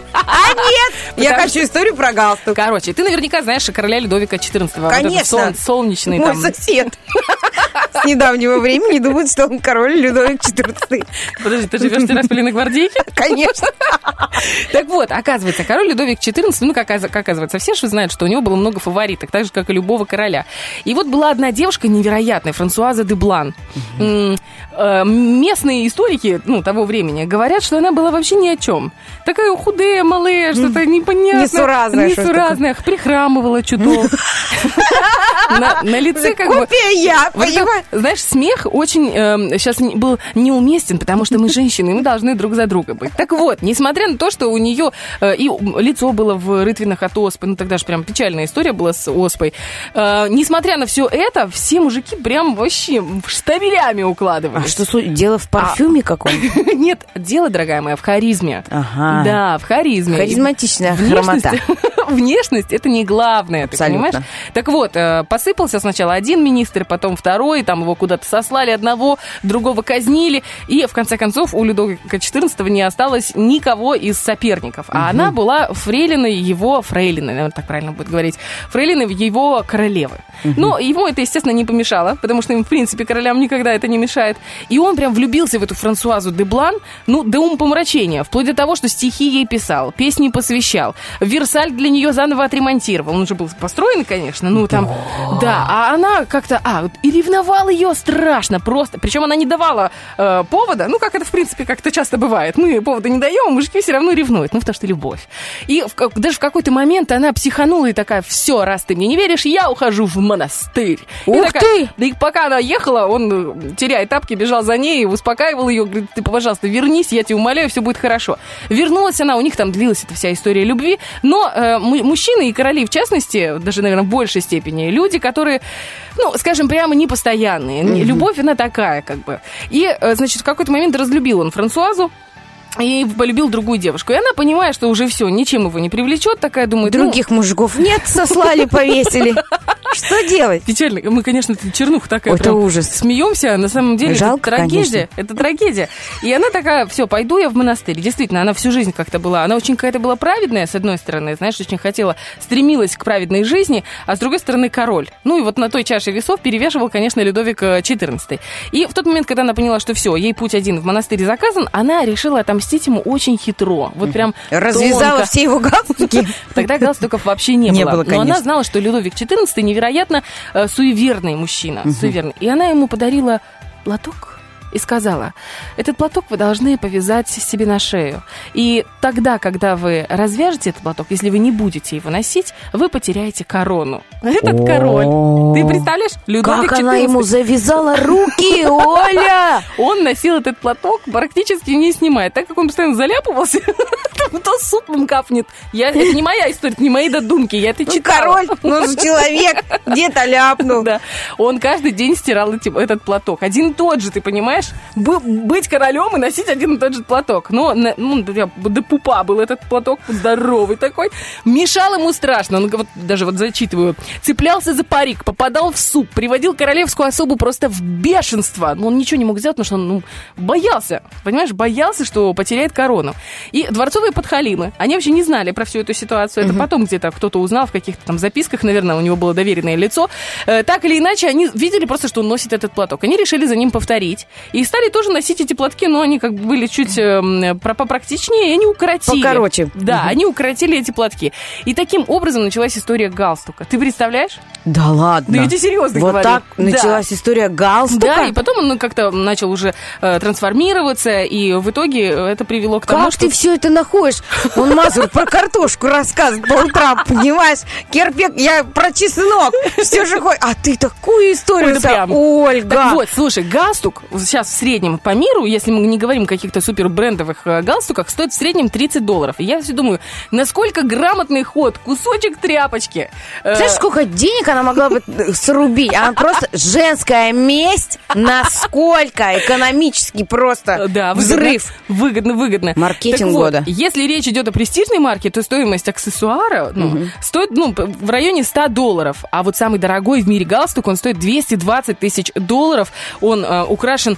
Я хочу историю про галстук. Короче, ты наверняка знаешь короля Людовика XIV. Конечно. Вот солнечный мой там. сосед с недавнего времени думает, что он король Людовик XIV. Подожди, ты живешь в Тирасполиной гвардейке? Конечно. Так вот, оказывается, король Людовик XIV, ну, как оказывается, все же знают, что у него было много фавориток, так же, как и любого короля. И вот была одна девушка невероятная, Франсуаза де Блан. Местные историки, ну, того времени, говорят, что она была вообще ни о чем. Такая худая, малая, что-то непонятное. Несуразная, прихрамывала чуток. На лице как бы... Копия я, понимаю. Знаешь, смех очень сейчас был неуместен, потому что мы женщины, и мы должны друг за друга быть. Так вот, несмотря на то, что у нее и лицо было в рытвинах от оспы, ну тогда же прям печальная история была с оспой, несмотря на все это, все мужики прям вообще штабелями укладывались. А что, дело в парфюме каком-то? Нет, дело, дорогая моя, в харизме. Ага. Да, в харизме. Харизматичная хромота. Внешность — это не главное, ты понимаешь? Так вот, посыпался сначала один министр, потом второй, там его куда-то сослали одного, другого казнили, и в конце концов у Людовика XIV не осталось никого из соперников. А она была фрейлиной, наверное, так правильно будет говорить, фрейлиной его королевы. Но ему это, естественно, не помешало, потому что им, в принципе, королям никогда это не мешает. И он прям влюбился в эту Франсуазу де Блан, ну, до умопомрачения, вплоть до того, что стихи ей писал, песни посвящал, Версаль для нее заново отремонтировал. Он уже был построен, конечно, ну, там, да, а она как-то, и ревновал ее страшно просто. Причем она не давала повода, ну, как это, в принципе, как-то часто бывает. Мы повода не даем, а мужики все равно ревнуют, ну, потому что любовь. И даже в какой-то момент она психанула и такая: все, раз ты мне не веришь, я ухожу в монастырь. Ух ты! Да и пока она ехала, он, теряя тапки, бежал за ней и успокаивал ее, говорит: ты, пожалуйста, вернись, я тебя умоляю, все будет хорошо. Вернулась она, у них там длилась эта вся история любви, но мужчины и короли, в частности, даже, наверное, в большей степени, люди, которые, ну, скажем, прямо непостоянные. Любовь, она такая, как бы. И, значит, в какой-то момент разлюбил он Франсуазу и полюбил другую девушку. И она, понимая, что уже все, ничем его не привлечет, такая думает... Других мужиков нет, сослали, повесили. Что делать? Печально. Мы, конечно, чернуха такая. Это ужас. Смеемся, а на самом деле жалко, это трагедия. Конечно. Это трагедия. И она такая: все, пойду я в монастырь. Действительно, она всю жизнь как-то была. Она очень какая-то была праведная, с одной стороны, знаешь, очень стремилась к праведной жизни, а с другой стороны король. Ну и вот на той чаше весов перевешивал, конечно, Людовик XIV. И в тот момент, когда она поняла, что все, ей путь один в монастырь заказан, она решила отомстить ему очень хитро. Вот прям развязала тонко. все его галстуки. Тогда галстуков вообще не было. Но она знала, что Людовик XIV невероятно суеверный мужчина. Суеверный. И она ему подарила платок и сказала: этот платок вы должны повязать себе на шею. И тогда, когда вы развяжете этот платок, если вы не будете его носить, вы потеряете корону. Этот король. Ты представляешь? Людовик Как XIV. она ему завязала руки, Оля! Он носил этот платок практически не снимая, так как он постоянно заляпывался, то супом капнет. Это не моя история, это не мои додумки, я это читала. Король, ну же человек, где-то ляпнул. Да. Он каждый день стирал этот платок. Один и тот же, ты понимаешь? Быть королем и носить один и тот же платок. Но до пупа был этот платок, здоровый такой. Мешал ему страшно. Он даже зачитываю. Цеплялся за парик, попадал в суп, приводил королевскую особу просто в бешенство. Но он ничего не мог сделать, потому что он боялся. Понимаешь, боялся, что потеряет корону. И дворцовые подхалимы, они вообще не знали про всю эту ситуацию. Это потом где-то кто-то узнал в каких-то там записках, наверное, у него было доверенное лицо. Так или иначе, они видели просто, что он носит этот платок. Они решили за ним повторить. И стали тоже носить эти платки, но они как бы были чуть попрактичнее, и они укоротили. Покороче. Да, они укоротили эти платки. И таким образом началась история галстука. Ты представляешь? Да ладно. Да я тебе серьезно говорю. Вот так началась история галстука? Да, и потом он как-то начал уже трансформироваться, и в итоге это привело к тому, как ты все это находишь? Он Мазур про картошку рассказывает по утрам, понимаешь? Керпек, я про чеснок. Все же ходит. А ты такую историю, Ольга. Так вот, слушай, галстук, сейчас сейчас в среднем по миру, если мы не говорим о каких-то супер брендовых галстуках, стоит в среднем $30. И я все думаю, насколько грамотный ход, кусочек тряпочки. Знаешь, сколько денег она могла бы срубить? Она просто женская месть, насколько экономически просто взрыв. Выгодно. Маркетинг года. Если речь идет о престижной марке, то стоимость аксессуара стоит в районе $100. А вот самый дорогой в мире галстук, он стоит $220 тысяч. Он украшен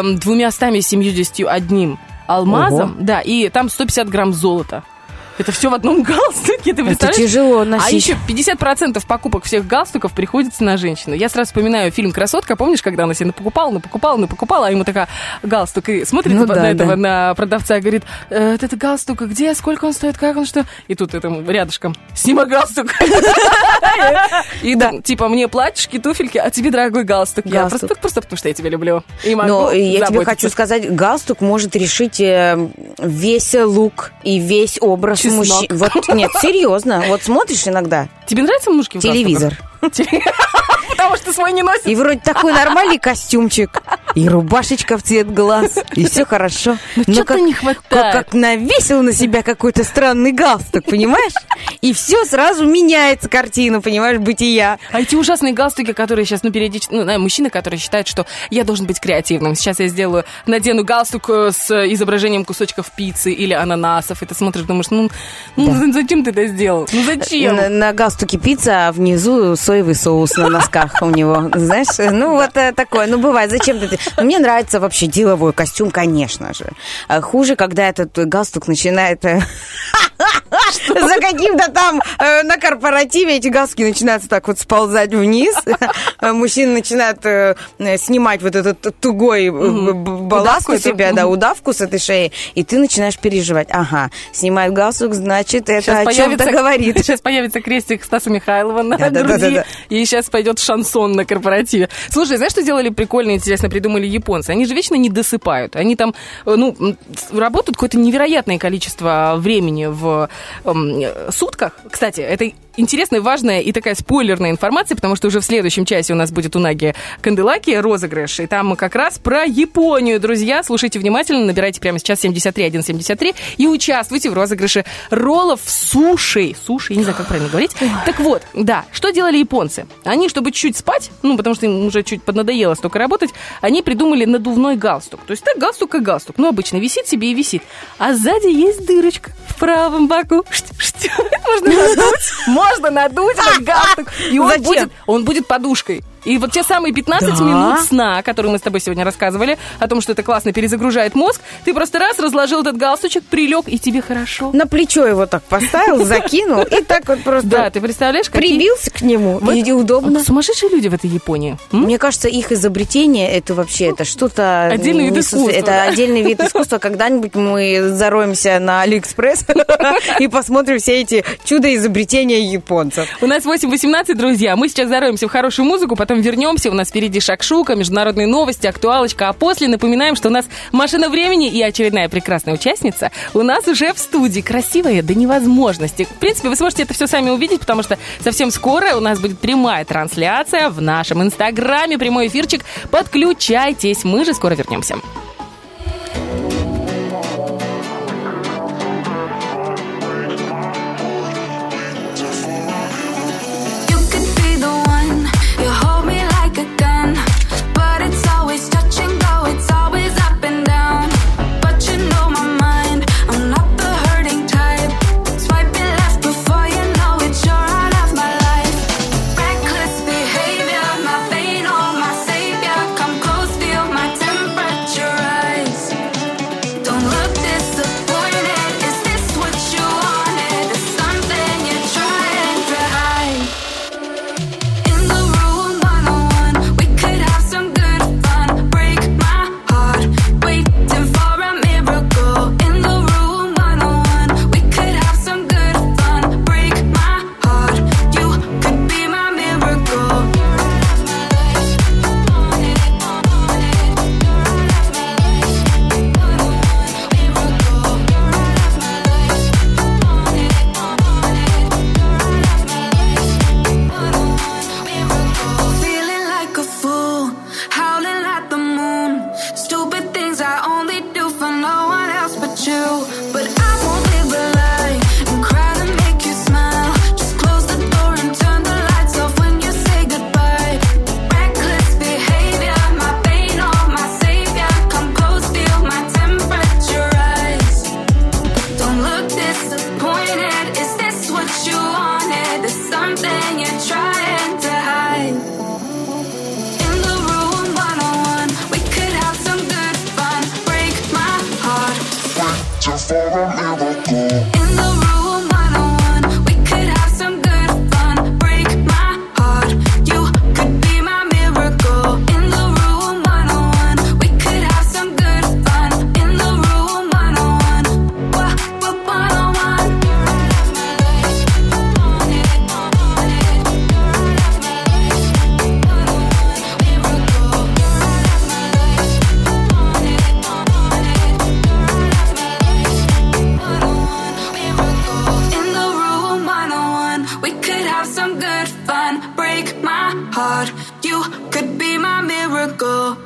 271 алмазом, да, и там 150 грамм золота. Это все в одном галстуке, ты представляешь? Это тяжело носить. А еще 50% покупок всех галстуков приходится на женщину. Я сразу вспоминаю фильм «Красотка». Помнишь, когда она себе напокупала, а ему такая галстук, и смотрит на продавца и говорит, это галстук, где, сколько он стоит, как он, что? И тут рядышком, снимай галстук. И типа, мне платьишки, туфельки, а тебе дорогой галстук. Просто потому, что я тебя люблю. Но я тебе хочу сказать, галстук может решить весь лук и весь образ мужчин. Вот, нет, серьезно. Вот смотришь иногда. Тебе нравится мужики в телевизор? Потому что свой не носит. И вроде такой нормальный костюмчик. И рубашечка в цвет глаз. И все хорошо. Но что-то не хватает. Как навесил на себя какой-то странный галстук, понимаешь? И все сразу меняется картина, понимаешь, бытия. А эти ужасные галстуки, которые сейчас, периодически... мужчины, которые считают, что я должен быть креативным. Сейчас я надену галстук с изображением кусочков пиццы или ананасов. И ты смотришь, думаешь, зачем ты это сделал? Зачем? На галстуке пицца, а внизу соевый соус на носках у него. Знаешь, такое. Бывает. Зачем ты... Мне нравится вообще деловой костюм, конечно же. Хуже, когда этот галстук начинает... За каким-то там на корпоративе эти галстуки начинают так вот сползать вниз. Мужчины начинают снимать вот этот тугой балласт у себя, удавку с этой шеи, и ты начинаешь переживать. Ага, снимает галстук, значит, это о чем-то говорит. Сейчас появится крестик Стаса Михайлова на груди, и сейчас пойдет шансон на корпоративе. Слушай, знаешь, что сделали прикольно, интересно придумали японцы? Они же вечно не досыпают. Они там, работают какое-то невероятное количество времени в сутках. Кстати, это интересная, важная и такая спойлерная информация, потому что уже в следующем часе у нас будет у Наги Канделаки розыгрыш, и там как раз про Японию, друзья. Слушайте внимательно, набирайте прямо сейчас 73173 и участвуйте в розыгрыше роллов суши. Суши, я не знаю, как правильно говорить. Так вот, да, что делали японцы? Они, чтобы чуть спать, потому что им уже чуть поднадоело столько работать, они придумали надувной галстук. То есть так галстук как галстук. Обычно висит себе и висит. А сзади есть дырочка в правом боку. Можно надуть этот галстук, и он будет подушкой. И вот те самые 15 минут сна, которые мы с тобой сегодня рассказывали, о том, что это классно перезагружает мозг, ты просто разложил этот галстучек, прилег, и тебе хорошо. На плечо его так поставил, закинул, и так вот просто... Да, ты представляешь, прибился к нему, и удобно. Сумасшедшие люди в этой Японии. Мне кажется, их изобретение, это вообще, это что-то... Отдельный вид искусства. Это отдельный вид искусства. Когда-нибудь мы зароемся на Алиэкспресс и посмотрим все эти чудо-изобретения японцев. У нас 8:18, друзья. Мы сейчас зароемся в хорошую музыку, потом вернемся. У нас впереди шакшука, международные новости, актуалочка. А после напоминаем, что у нас машина времени и очередная прекрасная участница у нас уже в студии. Красивая до невозможности. В принципе, вы сможете это все сами увидеть, потому что совсем скоро у нас будет прямая трансляция в нашем инстаграме, прямой эфирчик. Подключайтесь, мы же скоро вернемся. Behavior, my pain, or my savior. Come close, feel my temperature. heart. You could be my miracle.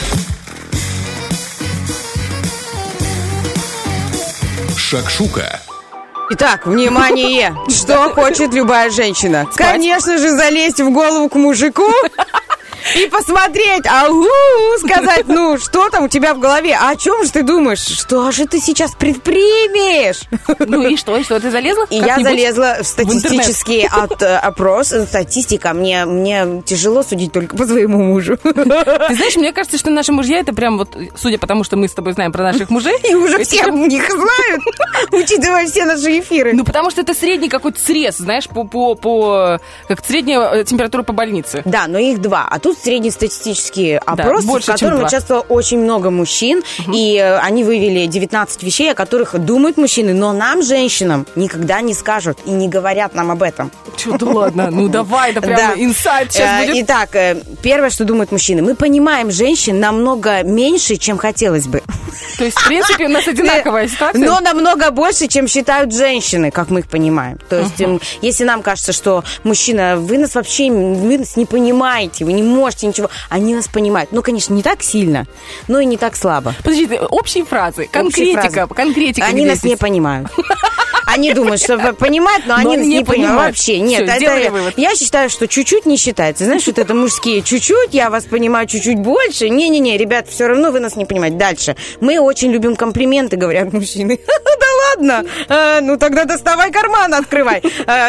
Шакшука. Итак, внимание! Что хочет любая женщина? Конечно же, залезть в голову к мужику и посмотреть, сказать, ну, что там у тебя в голове? О чем же ты думаешь? Что же ты сейчас предпримешь? Ну и что? Ты залезла? И я залезла в статистический опрос. Статистика. Мне тяжело судить только по своему мужу. Ты знаешь, мне кажется, что наши мужья, это прям вот, судя по тому, что мы с тобой знаем про наших мужей. И уже все них знают, учитывая все наши эфиры. Ну, потому что это средний какой-то срез, знаешь, как средняя температура по больнице. Да, но их два. А тут среднестатистический опрос, в котором участвовало очень много мужчин, и они вывели 19 вещей, о которых думают мужчины, но нам, женщинам, никогда не скажут и не говорят нам об этом. Чё-то ладно, ну давай, это прям инсайт сейчас будет. Итак, первое, что думают мужчины. Мы понимаем женщин намного меньше, чем хотелось бы. То есть, в принципе, у нас одинаковая ситуация? Но намного больше, чем считают женщины, как мы их понимаем. То есть, если нам кажется, что мужчина, вы нас не понимаете, вы не можете ничего, они нас понимают. Ну, конечно, не так сильно, но и не так слабо. Подождите, общие фразы, конкретика. Они нас не понимают. Они думают, что понимают, но они нас не понимают вообще. Нет, я считаю, что чуть-чуть не считается. Знаешь, вот это мужские чуть-чуть, я вас понимаю чуть-чуть больше. Не-не-не, ребят, все равно вы нас не понимаете. Дальше. Мы очень любим комплименты, говорят мужчины. Да ладно? Ну тогда доставай карман, открывай.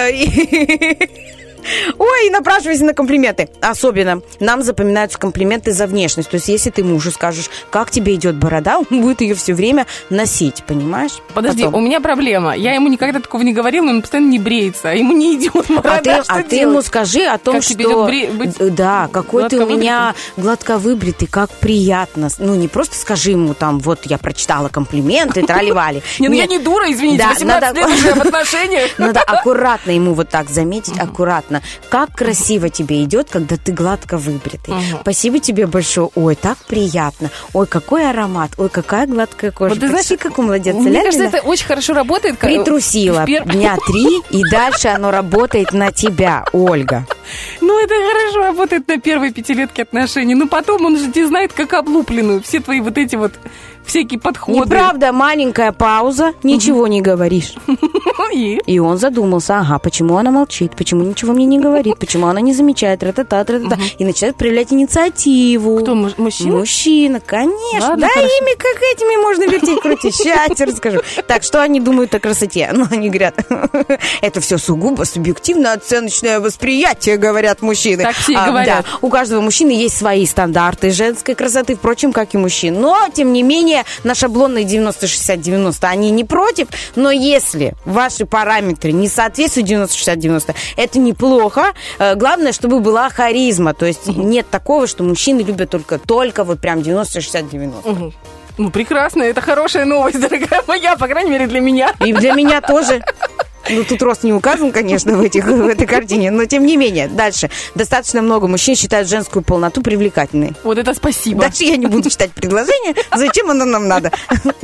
Ой, напрашивайся на комплименты. Особенно нам запоминаются комплименты за внешность. То есть, если ты мужу скажешь, как тебе идет борода, он будет ее все время носить, понимаешь? Подожди, у меня проблема. Я ему никогда такого не говорила, но он постоянно не бреется, а ему не идет борода. А ты ему скажи о том, что... Да, какой ты у меня гладко выбритый, как приятно. Ну, не просто скажи ему там, вот я прочитала комплименты, трали-вали. Нет, я не дура, извините, 18 лет уже в отношениях. Надо аккуратно ему вот так заметить, аккуратно. Как красиво тебе идет, когда ты гладко выбритый. Спасибо тебе большое. Ой, так приятно. Ой, какой аромат. Ой, какая гладкая кожа. Вот ты знаешь, как у младенца. Мне кажется, это очень хорошо работает. Притрусила дня 3, и дальше оно работает на тебя, Ольга. Ну, это хорошо работает на первой пятилетке отношений. Но потом он же тебе знает, как облупленную. Все твои вот эти вот всякие подходы. Неправда, маленькая пауза, ничего не говоришь. И он задумался, почему она молчит, почему ничего мне не говорит, почему она не замечает, и начинает проявлять инициативу. Кто, мужчина? Мужчина, конечно. Ладно, да, ими как этими можно вертеть, крутить. Сейчас я тебе расскажу. Так, что они думают о красоте? Ну, они говорят, это все сугубо субъективно оценочное восприятие, говорят мужчины. Так все и говорят. Да, у каждого мужчины есть свои стандарты женской красоты, впрочем, как и мужчин. Но, тем не менее, на шаблонные 90-60-90 они не против, но если ваши параметры не соответствуют 90-60-90, это неплохо. Главное, чтобы была харизма, то есть нет такого, что мужчины любят только вот прям 90-60-90. Ну, прекрасно, это хорошая новость, дорогая моя, по крайней мере, для меня. И для меня тоже. Ну, тут рост не указан, конечно, в этой картине, но тем не менее. Дальше. Достаточно много мужчин считают женскую полноту привлекательной. Вот это спасибо. Дальше я не буду читать предложение. Зачем оно нам надо?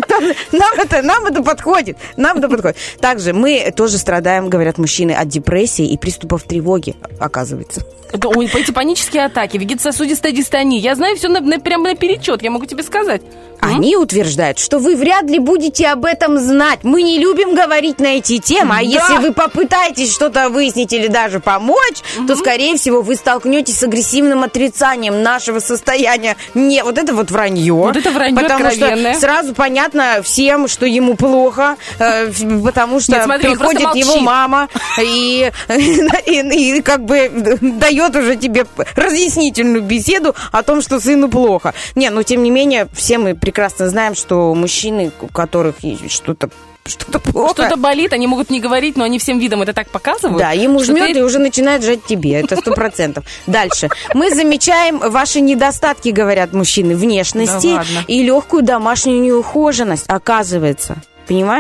Нам это подходит. Также мы тоже страдаем, говорят мужчины, от депрессии и приступов тревоги, оказывается. Эти панические атаки, вегетососудистая дистония. Я знаю все прямо наперечет, я могу тебе сказать. Они утверждают, что вы вряд ли будете об этом знать. Мы не любим говорить на эти темы, а если вы попытаетесь что-то выяснить или даже помочь, то, скорее всего, вы столкнетесь с агрессивным отрицанием нашего состояния. Не, вот это вот вранье. Вот это вранье откровенное. Потому что сразу понятно всем, что ему плохо, потому что приходит его мама и как бы дает уже тебе разъяснительную беседу о том, что сыну плохо. Не, но тем не менее, все мы прекрасно знаем, что мужчины, у которых есть что-то плохо. Что-то болит, они могут не говорить, но они всем видом это так показывают. Да, ему жмет и уже начинает жать тебе, это 100%. Дальше. Мы замечаем ваши недостатки, говорят мужчины, внешности и легкую домашнюю неухоженность, оказывается. Понимаешь?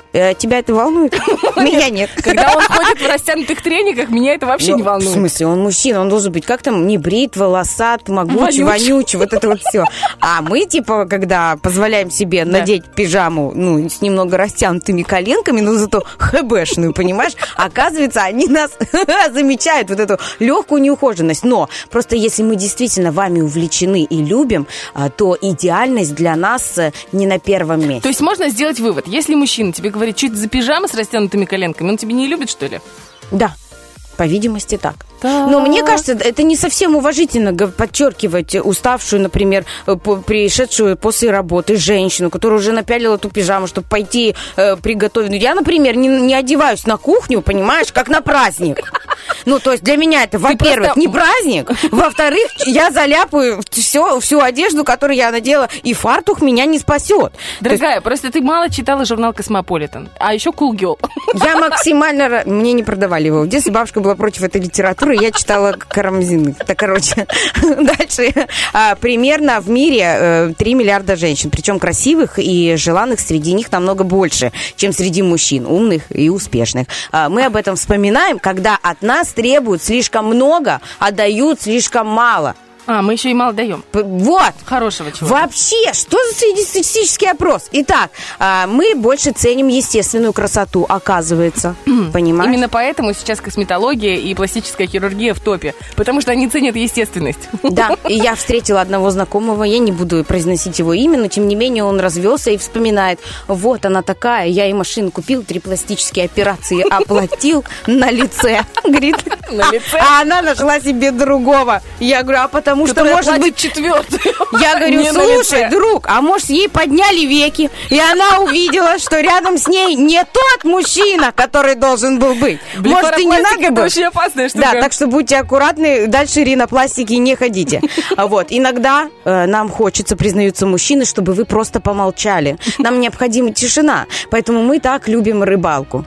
Тебя это волнует? Меня нет. Когда он ходит в растянутых трениках, меня это вообще не волнует. В смысле, он мужчина, он должен быть как там, не брит, волосат, могучий, вонючий, вот это вот все. А мы, типа, когда позволяем себе надеть пижаму, ну, с немного растянутыми коленками, но зато хэбэшную, понимаешь? Оказывается, они нас замечают, вот эту легкую неухоженность. Но просто если мы действительно вами увлечены и любим, то идеальность для нас не на первом месте. То есть можно сделать вывод. Если мужчина тебе говорит, что это за пижама с растянутыми коленками, он тебя не любит, что ли? Да, по видимости, так. Но мне кажется, это не совсем уважительно подчеркивать уставшую, например, пришедшую после работы женщину, которая уже напялила эту пижаму, чтобы пойти приготовить. Я, например, не одеваюсь на кухню, понимаешь, как на праздник. Ну, то есть для меня это, во-первых, не праздник, во-вторых, я заляпаю всю одежду, которую я надела, и фартух меня не спасет. Дорогая, просто ты мало читала журнал «Космополитен», а еще «Cool Girl». Я максимально... Мне не продавали его. В детстве бабушка была против этой литературы, я читала Карамзины. Так, короче, дальше. Примерно в мире 3 миллиарда женщин, причем красивых и желанных среди них намного больше, чем среди мужчин, умных и успешных. Мы об этом вспоминаем, когда от нас требуют слишком много, а дают слишком мало. Мы еще и мало даем. Вот. Хорошего чего-то. Вообще, что за среднестатистический опрос? Итак, мы больше ценим естественную красоту, оказывается. Понимаешь? Именно поэтому сейчас косметология и пластическая хирургия в топе. Потому что они ценят естественность. Да, и я встретила одного знакомого, я не буду произносить его имя, но тем не менее он развелся и вспоминает. Вот она такая, я ей машину купил, 3 пластические операции оплатил на лице. Говорит, на лице? А она нашла себе другого. Я говорю, а потому что, может быть, четвертый. Я говорю, слушай, друг, а может, ей подняли веки, и она увидела, что рядом с ней не тот мужчина, который должен был быть. Может, и не надо было. Это очень опасная штука. Да, так что будьте аккуратны, дальше ринопластики не ходите. Вот, иногда нам хочется, признаются мужчины, чтобы вы просто помолчали. Нам необходима тишина, поэтому мы так любим рыбалку.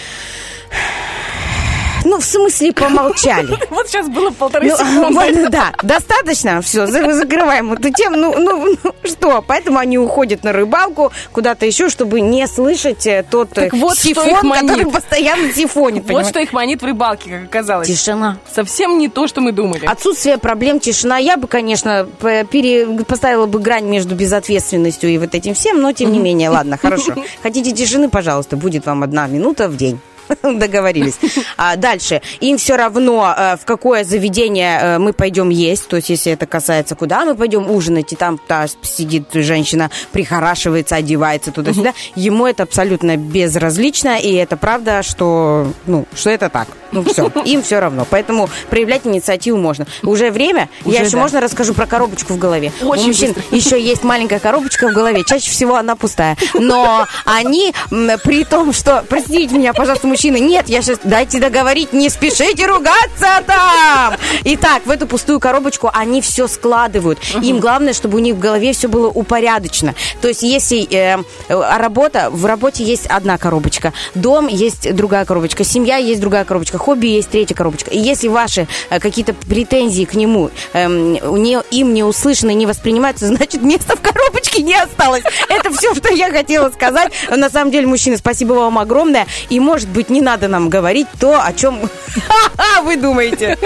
Ну, в смысле, помолчали. Вот сейчас было 1,5 секунды. Да, достаточно. Все, закрываем эту тему. Ну, что? Поэтому они уходят на рыбалку куда-то еще, чтобы не слышать тот сифон, который постоянно сифонит. Вот что их манит в рыбалке, как оказалось. Тишина. Совсем не то, что мы думали. Отсутствие проблем, тишина. Я бы, конечно, поставила бы грань между безответственностью и вот этим всем, но тем не менее, ладно, хорошо. Хотите тишины, пожалуйста, будет вам 1 минута в день. Договорились. Дальше. Им все равно, в какое заведение мы пойдем есть. То есть, если это касается, куда мы пойдем ужинать, и там сидит женщина, прихорашивается, одевается туда-сюда. Ему это абсолютно безразлично. И это правда, что это так. Ну, все. Им все равно. Поэтому проявлять инициативу можно. Уже время. Я еще можно расскажу про коробочку в голове. Очень У мужчин еще есть маленькая коробочка в голове. Чаще всего она пустая. Но они, при том, что... Простите меня, пожалуйста, мужчины. Нет, я сейчас... Дайте договорить. Не спешите ругаться там. Итак, в эту пустую коробочку они все складывают. Им главное, чтобы у них в голове все было упорядочено. То есть, если в работе есть одна коробочка, дом есть другая коробочка, семья есть другая коробочка, хобби есть 3-я коробочка. И если ваши какие-то претензии к нему им не услышаны, не воспринимаются, значит, места в коробочке не осталось. Это все, что я хотела сказать. На самом деле, мужчины, спасибо вам огромное. И, может быть, не надо нам говорить то, о чем вы думаете.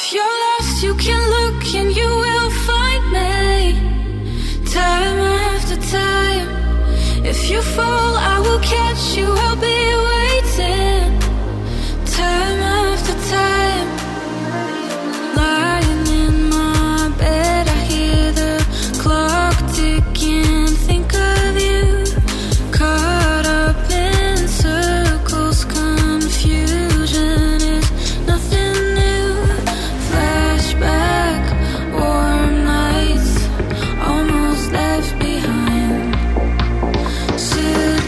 Time after time, lying in my bed, I hear the clock ticking. Think of you, caught up in circles. Confusion is nothing new. Flashback, warm nights, almost left behind. Should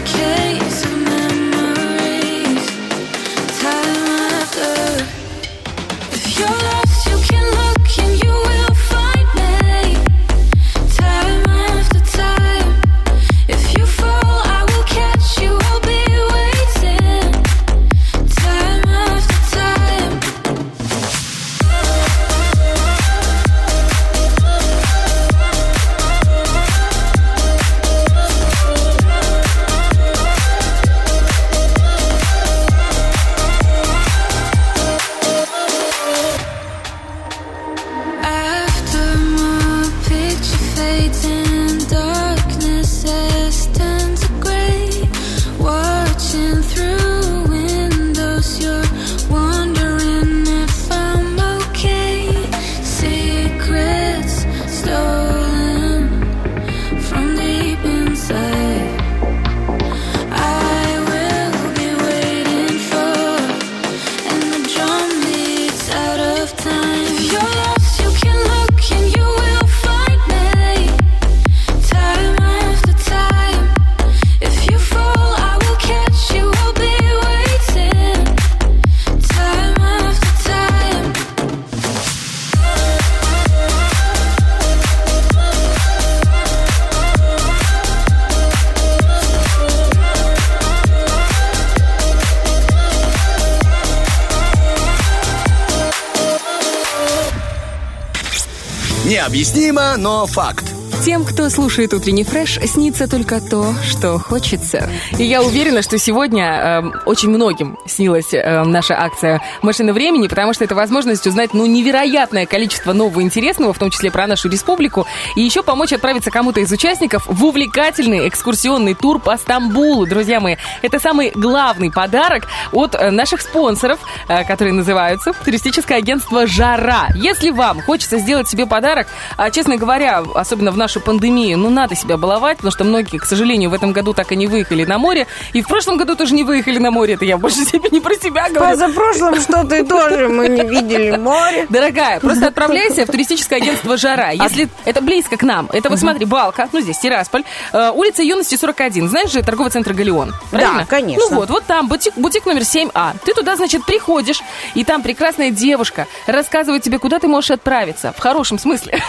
Необъяснимо, но факт. Тем, кто слушает «Утренний фреш», снится только то, что хочется. И я уверена, что сегодня очень многим снилась наша акция «Машина времени», потому что это возможность узнать, невероятное количество нового интересного, в том числе про нашу республику, и еще помочь отправиться кому-то из участников в увлекательный экскурсионный тур по Стамбулу. Друзья мои, это самый главный подарок от наших спонсоров, которые называются туристическое агентство «Жара». Если вам хочется сделать себе подарок, честно говоря, особенно в нашу пандемию, надо себя баловать, потому что многие, к сожалению, в этом году так и не выехали на море. И в прошлом году тоже не выехали на море. Это я больше себе не про себя говорю. Позапрошлом что-то тоже мы не видели море. Дорогая, просто отправляйся в туристическое агентство «Жара». Если это близко к нам, это вот смотри, Балка, здесь Тирасполь, улица Юности, 41. Знаешь же, торговый центр «Галеон». Правильно? Да, конечно. Вот там бутик номер 7А. Ты туда, значит, приходишь, и там прекрасная девушка рассказывает тебе, куда ты можешь отправиться. В хорошем смысле.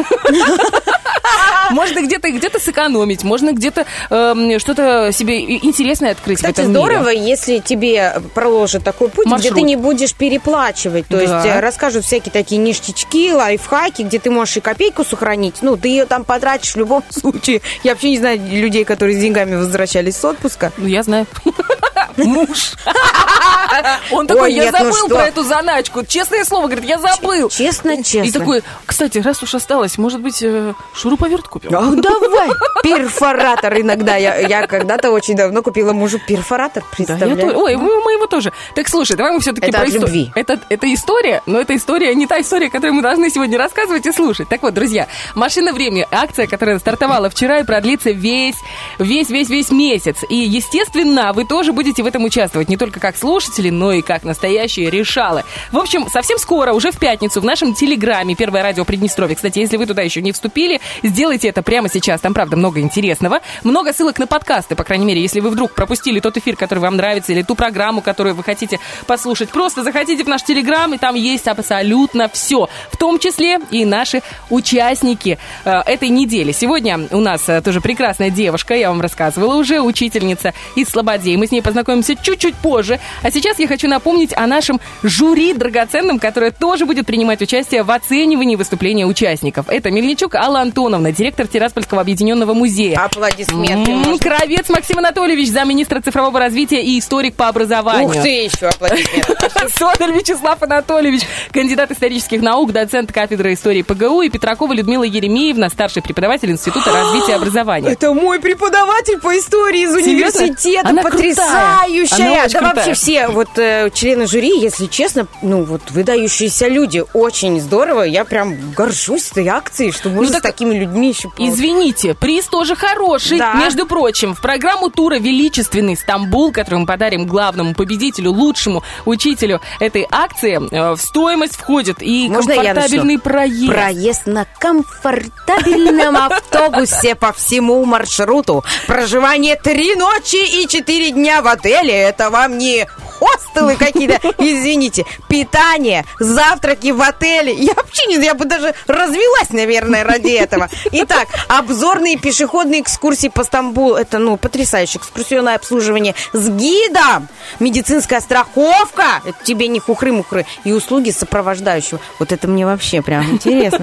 Можно где-то сэкономить, можно где-то что-то себе интересное открыть. Кстати, в этом здорово, мире. Если тебе проложат такой путь, маршрут, где ты не будешь переплачивать. То есть расскажут всякие такие ништячки, лайфхаки, где ты можешь и копейку сохранить. Ты ее там потратишь в любом случае. Я вообще не знаю людей, которые с деньгами возвращались с отпуска. Я знаю. Муж. Он такой, я забыл про эту заначку. Честное слово, говорит, я забыл. Честно. И такой, кстати, раз уж осталось, может быть, шуруповерт купил? Давай, перфоратор иногда. Я когда-то очень давно купила мужу перфоратор, представляешь? Ой, мы его тоже. Так, слушай, давай мы все-таки про историю. Это история, но эта история не та история, которую мы должны сегодня рассказывать и слушать. Так вот, друзья, «Машина времени», акция, которая стартовала вчера и продлится весь месяц. И, естественно, вы тоже будете в этом участвовать, не только как слушатели, но и как настоящие решалы. В общем, совсем скоро, уже в пятницу, в нашем телеграме «Первое радио Приднестровье». Кстати, если вы туда еще не вступили, сделайте это прямо сейчас. Там, правда, много интересного. Много ссылок на подкасты, по крайней мере, если вы вдруг пропустили тот эфир, который вам нравится, или ту программу, которую вы хотите послушать. Просто заходите в наш телеграм, и там есть абсолютно все. В том числе и наши участники этой недели. Сегодня у нас тоже прекрасная девушка, я вам рассказывала уже, учительница из Слободей. Мы с ней познакомимся чуть-чуть позже. А сейчас я хочу напомнить о нашем жюри драгоценном, которое тоже будет принимать участие в оценивании выступления участников. Это Мельничук Алла Антоновна, директор Тираспольского объединенного музея. Аплодисменты. Кравец Максим Анатольевич, замминистра цифрового развития и историк по образованию. Ух ты, еще аплодисменты. Содоль Вячеслав Анатольевич, кандидат исторических наук, доцент кафедры истории ПГУ, и Петракова Людмила Еремеевна, старший преподаватель Института развития образования. Это мой преподаватель по истории из университета. Она потрясающая. Она да вообще все члены жюри, если честно, выдающиеся люди. Очень здорово. Я прям горжусь этой акцией, что можно с такими людьми еще... Извините, приз тоже хороший. Да. Между прочим, в программу тура «Величественный Стамбул», которую мы подарим главному победителю, лучшему учителю этой акции, в стоимость входит и комфортабельный проезд. Проезд на комфортабельном автобусе по всему маршруту. Проживание 3 ночи и 4 дня в отеле. Это вам не хостелы какие-то, извините. Питание, завтраки в отеле. Я вообще не знаю, я бы даже развелась, наверное, ради этого. Итак, обзорные пешеходные экскурсии по Стамбулу. Это, потрясающе. Экскурсионное обслуживание с гидом. Медицинская страховка. Это тебе не хухры-мухры. И услуги сопровождающего. Вот это мне вообще прям интересно.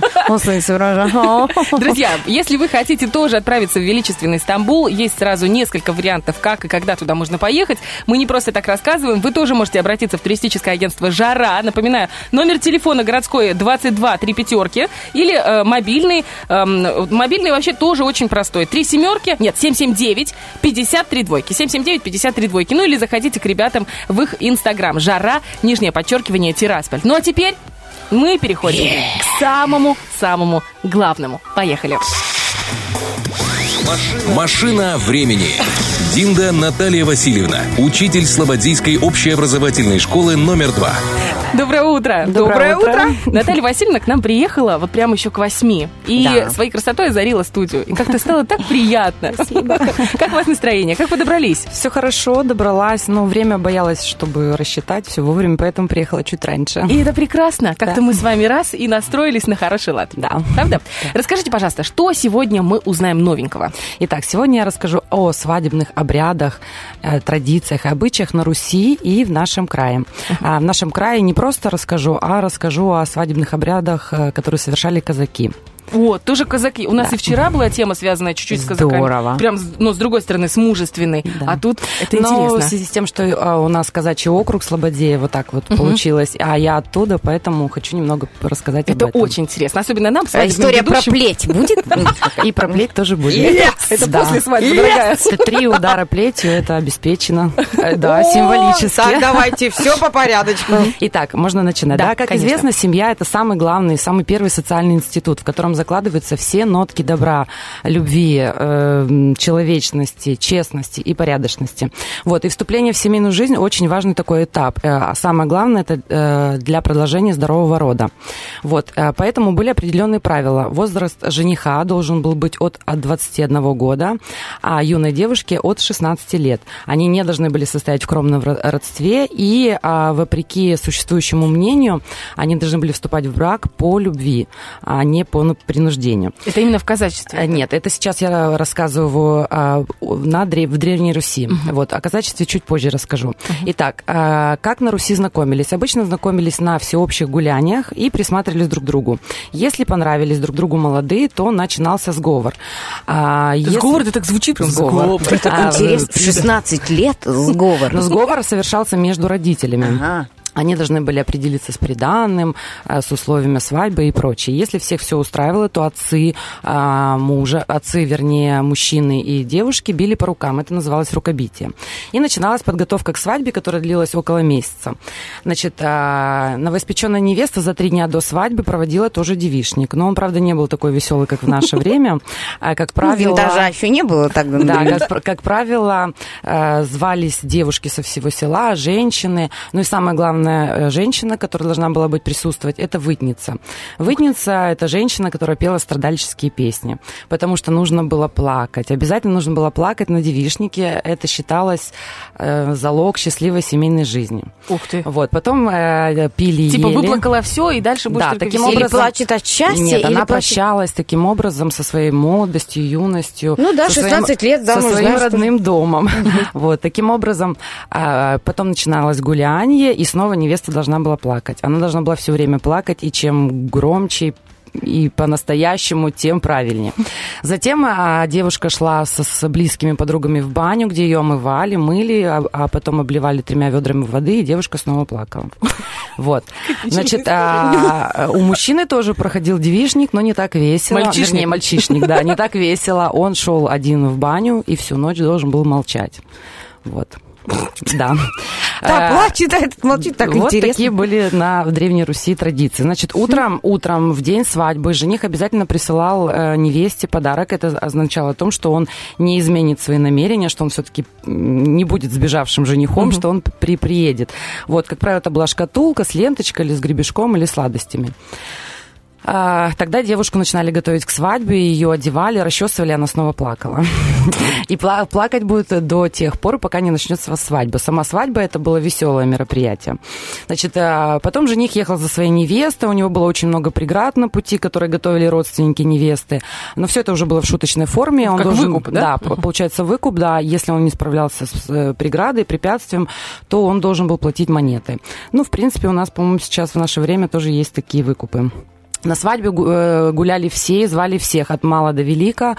Друзья, если вы хотите тоже отправиться в величественный Стамбул, есть сразу несколько вариантов, как и когда туда можно поехать. Мы не просто так рассказываем. Вы тоже можете можете обратиться в туристическое агентство «Жара». Напоминаю, номер телефона городской 22 3 пятерки или мобильный. Мобильный вообще тоже очень простой. 3 семерки, нет, 779 53 двойки. 779 53 двойки. Ну или заходите к ребятам в их инстаграм. «Жара», _, Тирасполь. Ну а теперь мы переходим к самому главному. Поехали. Машина времени. Динда Наталья Васильевна, учитель Слободейской общеобразовательной школы номер 2. Доброе утро. Доброе утро. Наталья Васильевна к нам приехала вот прямо еще к 8. И своей красотой озарила студию. И как-то стало так приятно. Спасибо. Как у вас настроение? Как вы добрались? Все хорошо, добралась, но время боялась, чтобы рассчитать все вовремя, поэтому приехала чуть раньше. И это прекрасно. Как-то мы с вами раз и настроились на хороший лад. Да. Правда? Расскажите, пожалуйста, что сегодня мы узнаем новенького? Итак, сегодня я расскажу о свадебных обрядах, традициях, обычаях на Руси и в нашем крае. В нашем крае не просто расскажу, а расскажу о свадебных обрядах, которые совершали казаки. Вот, тоже казаки. У нас и вчера была тема, связанная чуть-чуть с казаками. Здорово. Прям, но с другой стороны, с мужественной. Да. А тут это интересно. Но в связи с тем, что у нас казачий округ Слободея, вот так вот получилось, а я оттуда, поэтому хочу немного рассказать об этом. Это очень интересно, особенно нам, история про плеть будет? И про плеть тоже будет. Это после свадьбы, дорогая. 3 удара плетью, это обеспечено. Да, символически. Так, давайте, все по порядочку. Итак, можно начинать. Да, как известно, семья – это самый главный, самый первый социальный институт, в котором закладываются все нотки добра, любви, человечности, честности и порядочности. Вот, и вступление в семейную жизнь очень важный такой этап. А самое главное, это для продолжения здорового рода. Вот, поэтому были определенные правила. Возраст жениха должен был быть от 21 года, а юной девушке от 16 лет. Они не должны были состоять в кровном родстве, и вопреки существующему мнению, они должны были вступать в брак по любви, а не по принуждению. Это именно в казачестве? Нет, это сейчас я рассказываю в Древней Руси. Вот, о казачестве чуть позже расскажу. Итак, как на Руси знакомились? Обычно знакомились на всеобщих гуляниях и присматривались друг к другу. Если понравились друг другу молодые, то начинался сговор. Сговор, это так звучит прям сговор. Это так интересно, 16 лет сговор. Но сговор совершался между родителями. Они должны были определиться с приданным, с условиями свадьбы и прочее. Если всех все устраивало, то отцы мужчины и девушки били по рукам. Это называлось рукобитие. И начиналась подготовка к свадьбе, которая длилась около месяца. Значит, новоиспеченная невеста за 3 дня до свадьбы проводила тоже девичник. Но он, правда, не был такой веселый, как в наше время. Как правило... Винтажа еще не было так. Да, как правило, звались девушки со всего села, женщины. Ну и самое главное, женщина, которая должна была быть присутствовать, это вытница. Вытница – это женщина, которая пела страдальческие песни, потому что нужно было плакать. Обязательно нужно было плакать на девичнике. Это считалось залог счастливой семейной жизни. Ух ты. Вот. Потом пили, типа ели. выплакала все, и дальше будешь только таким веселье. образом... Или плачет от счастья? Нет, она прощалась таким образом со своей молодостью, юностью. Ну да, 16 лет замуж. Со своим родным домом. Вот. Таким образом, потом начиналось гулянье, и снова невеста должна была плакать. Она должна была все время плакать, и чем громче и по-настоящему, тем правильнее. Затем девушка шла с близкими подругами в баню, где ее омывали, мыли, а потом обливали 3 ведрами воды, и девушка снова плакала. Вот. Значит, у мужчины тоже проходил девичник, но не так весело. Мальчишник, да, не так весело. Он шел один в баню и всю ночь должен был молчать. Вот. Да. Да, плачет, а этот молчит, так вот интересно. Вот такие были в Древней Руси традиции. Значит, утром в день свадьбы жених обязательно присылал невесте подарок. Это означало о том, что он не изменит свои намерения, что он все-таки не будет сбежавшим женихом, что он приедет. Вот, как правило, это была шкатулка с ленточкой или с гребешком или сладостями. Тогда девушку начинали готовить к свадьбе, ее одевали, расчесывали, она снова плакала. И плакать будет до тех пор, пока не начнется свадьба. Сама свадьба – это было веселое мероприятие. Значит, потом жених ехал за своей невестой, у него было очень много преград на пути, которые готовили родственники невесты. Но все это уже было в шуточной форме. Он как должен, выкуп, да? Да, получается выкуп, да. Если он не справлялся с преградой, препятствием, то он должен был платить монеты. Ну, в принципе, у нас, по-моему, сейчас в наше время тоже есть такие выкупы. На свадьбе гуляли все, звали всех, от мала до велика,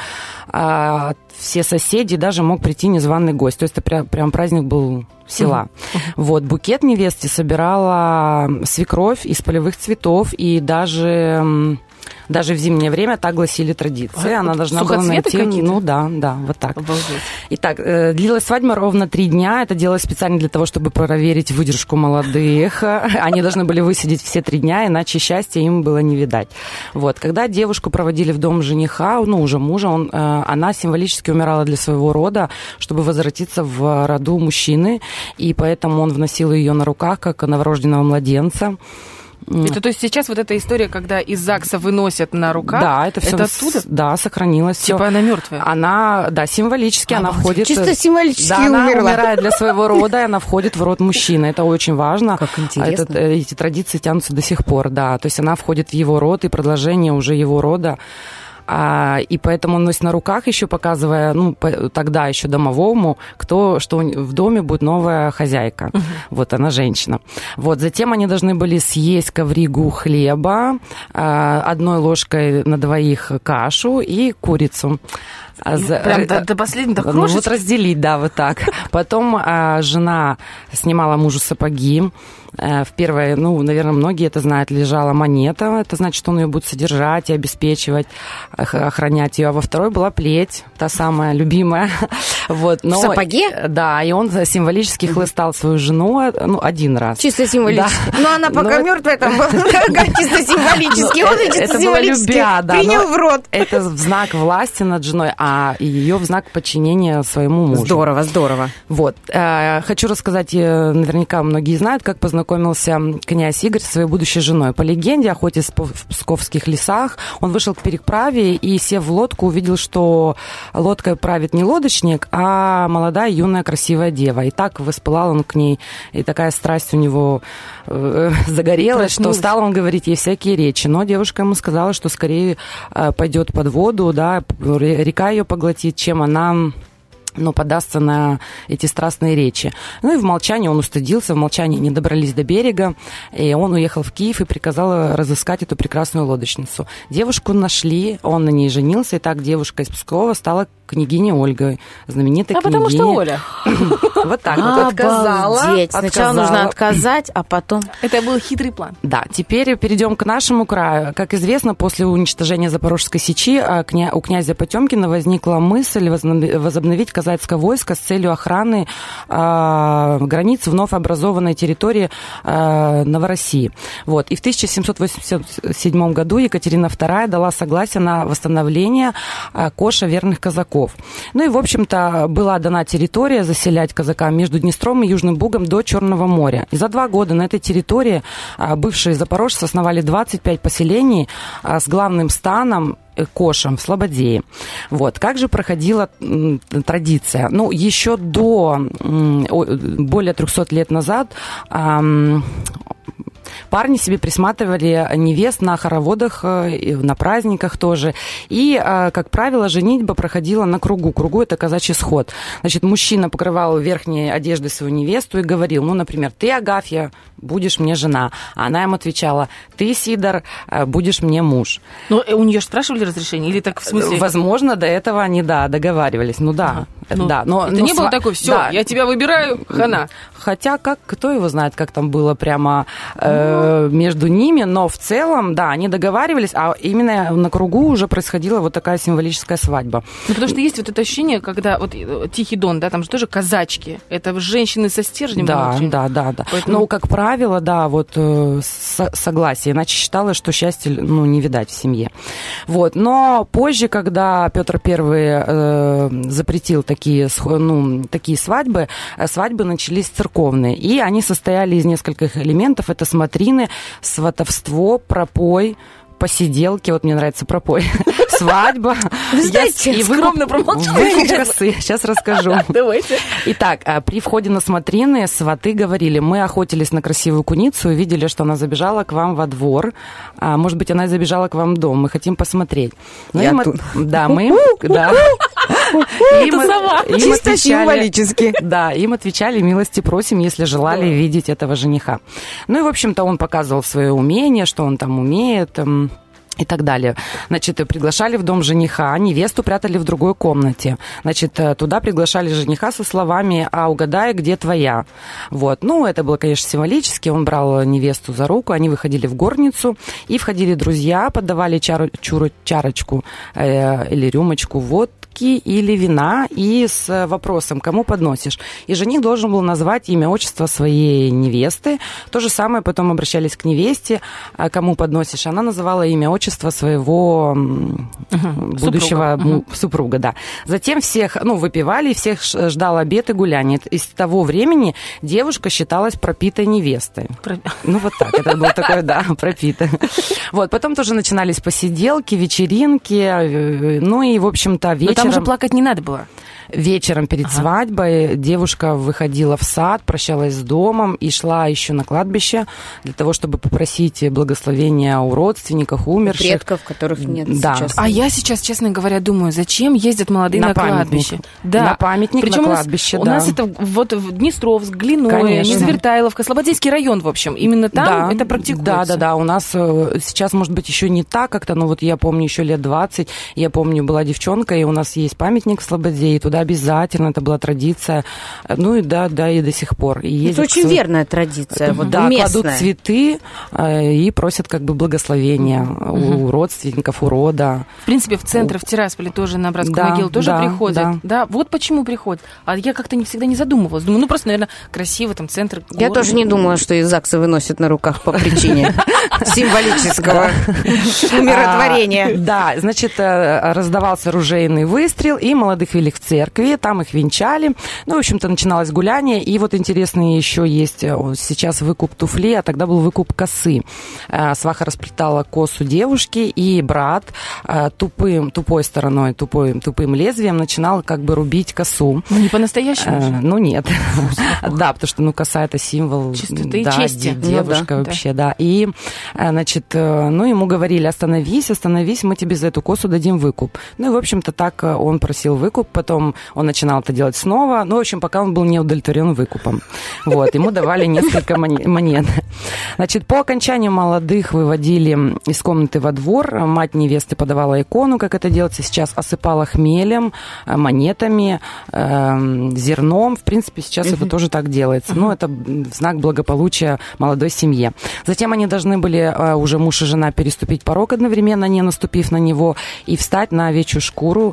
все соседи, даже мог прийти незваный гость. То есть это прям праздник был села. Вот, букет невесте собирала свекровь из полевых цветов, и даже в зимнее время так гласили традиции. Она должна была найти... Ну да, вот так. Обалдеть. Итак, длилась свадьба ровно 3 дня. Это делалось специально для того, чтобы проверить выдержку молодых. Они должны были высидеть все 3 дня, иначе счастья им было не видать. Вот, когда девушку проводили в дом жениха, уже мужа, она символически умирала для своего рода, чтобы возвратиться в роду мужчины, и поэтому он вносил ее на руках, как новорожденного младенца. Это, то есть сейчас вот эта история, когда из ЗАГСа выносят на руках, да, это все оттуда? Да, сохранилось. Типа всё. она мертвая? Она, да, символически она входит... Чисто символически умерла. Она умирает для своего рода, и она входит в род мужчины. Это очень важно. Как интересно. Эти традиции тянутся до сих пор, да. То есть она входит в его род, и продолжение уже его рода. И поэтому он носит на руках еще, показывая, тогда еще домовому, что в доме будет новая хозяйка. Вот она женщина. Вот, затем они должны были съесть ковригу хлеба, 1 ложкой на 2 кашу и курицу. Прям до последнего крошечки? Вот разделить, да, вот так. Потом жена снимала мужу сапоги. В первой, наверное, многие это знают, лежала монета. Это значит, что он ее будет содержать и обеспечивать, охранять ее. А во второй была плеть, та самая любимая. Вот, в сапоге? Да, и он символически хлыстал свою жену 1 раз. Чисто символически. Да. Но она пока мертвая, там была чисто символически. Он чисто символически принял в рот. Это в знак власти над женой, а ее в знак подчинения своему мужу. Здорово, здорово. Вот. Хочу рассказать, наверняка многие знают, как познакомился князь Игорь со своей будущей женой. По легенде, охотясь в псковских лесах, он вышел к переправе и, сев в лодку, увидел, что лодкой правит не лодочник, а молодая, юная, красивая дева. И так воспылал он к ней, и такая страсть у него загорелась, что стал он говорить ей всякие речи. Но девушка ему сказала, что скорее пойдет под воду, да, река ее поглотит, чем она... подастся на эти страстные речи. И в молчании он устыдился, в молчании не добрались до берега, и он уехал в Киев и приказал разыскать эту прекрасную лодочницу. Девушку нашли, он на ней женился, и так девушка из Пскова стала княгиней Ольгой, знаменитой княгиней. Потому что Оля. Вот так вот отказала. Сначала нужно отказать, а потом... Это был хитрый план. Да, теперь перейдем к нашему краю. Как известно, после уничтожения Запорожской сечи у князя Потемкина возникла мысль возобновить казацкое войско с целью охраны границ вновь образованной территории Новороссии. Вот. И в 1787 году Екатерина II дала согласие на восстановление коша верных казаков. И, в общем-то, была дана территория заселять казакам между Днестром и Южным Бугом до Черного моря. И за 2 года на этой территории бывшие запорожцы основали 25 поселений с главным станом Кошем в Слободее. Вот. Как же проходила традиция? Еще до более 300 лет назад парни себе присматривали невест на хороводах, на праздниках тоже. И, как правило, женитьба проходила на кругу. Кругу – это казачий сход. Значит, мужчина покрывал верхней одеждой свою невесту и говорил, например, ты, Агафья, будешь мне жена. А она ему отвечала, ты, Сидор, будешь мне муж. Но у нее же спрашивали разрешение? Или так в смысле? Возможно, до этого они, договаривались. Да. Да, но это не было такое, все, да. Я тебя выбираю, хана. Хотя, кто его знает, как там было прямо между ними, но в целом, да, они договаривались, а именно на кругу уже происходила вот такая символическая свадьба. Потому что есть вот это ощущение, когда вот Тихий Дон, да, там же тоже казачки, это женщины со стержнем. Да. Поэтому... как правило, да, вот согласие, иначе считалось, что счастья, не видать в семье. Вот, но позже, когда Петр I запретил такие свадьбы начались церковные, и они состояли из нескольких элементов. Это смотрины, сватовство, пропой, посиделки, вот мне нравится пропой, свадьба. Вы знаете, скромно промолчали. Сейчас расскажу. Давайте. Итак, при входе на смотрины сваты говорили, мы охотились на красивую куницу и видели, что она забежала к вам во двор. Может быть, она и забежала к вам в дом. Мы хотим посмотреть. Да, мы... Это сова. Чисто символически. Да, им отвечали, милости просим, если желали видеть этого жениха. И, в общем-то, он показывал свое умение, что он там умеет. и так далее. Значит, приглашали в дом жениха, невесту прятали в другой комнате. Значит, туда приглашали жениха со словами: «А угадай, где твоя?» Вот. Ну, это было, конечно, символически. Он брал невесту за руку, они выходили в горницу, и входили друзья, подавали чарочку или рюмочку водки или вина, и с вопросом: кому подносишь? И жених должен был назвать имя, отчество своей невесты. То же самое потом обращались к невесте: кому подносишь? Она называла имя, отчество своего будущего супруга, да. Затем всех, выпивали, всех ждал обед и гуляние. И с того времени девушка считалась пропитой невестой. Вот так, это было такое, да, пропитой. Вот, потом тоже начинались посиделки, вечеринки, и, в общем-то, вечером... Но там же плакать не надо было. Вечером перед свадьбой девушка выходила в сад, прощалась с домом и шла еще на кладбище для того, чтобы попросить благословения у родственников, умерших. Предков, которых нет сейчас. А я сейчас, честно говоря, думаю, зачем ездят молодые на кладбище? Да. На памятник, причем на кладбище, у нас это вот в Днестровск, Глиное, Незвертайловка, Слободейский район, в общем. Именно там это практикуется. Да. У нас сейчас, может быть, еще не так как-то, но вот я помню еще лет 20, я помню, была девчонка, и у нас есть памятник в Слободе, и туда обязательно, это была традиция, и до сих пор. И это очень верная традиция, кладут цветы и просят как бы благословения у родственников, у рода. В принципе, в центр, в Тирасполе тоже на братскую могилу тоже приходят. Да, вот почему приходят. А я как-то всегда не задумывалась. Думаю, просто, наверное, красиво, там центр города. Я тоже не думала, что из ЗАГСа выносят на руках по причине символического умиротворения. Да, значит, раздавался ружейный выстрел, и молодых вели в церкви, там их венчали. В общем-то, начиналось гуляние. И вот интересный еще есть сейчас выкуп туфли, а тогда был выкуп косы. Сваха расплетала косу девушки, и брат тупой стороной, тупым лезвием начинал как бы рубить косу. Не по-настоящему? Нет. Да, потому что, коса — это символ чистоты и чести. Девушка вообще, да. И, значит, ему говорили: остановись, мы тебе за эту косу дадим выкуп. И, в общем-то, так он просил выкуп, потом он начинал это делать снова, в общем, пока он был не удовлетворен выкупом. Вот, ему давали несколько монет. Значит, по окончанию молодых выводили из комнаты во двор, мать невесты подавала икону, как это делается сейчас, осыпала хмелем, монетами, зерном. В принципе, сейчас это тоже так делается. Это знак благополучия молодой семье. Затем они должны были, уже муж и жена, переступить порог одновременно, не наступив на него, и встать на овечью шкуру.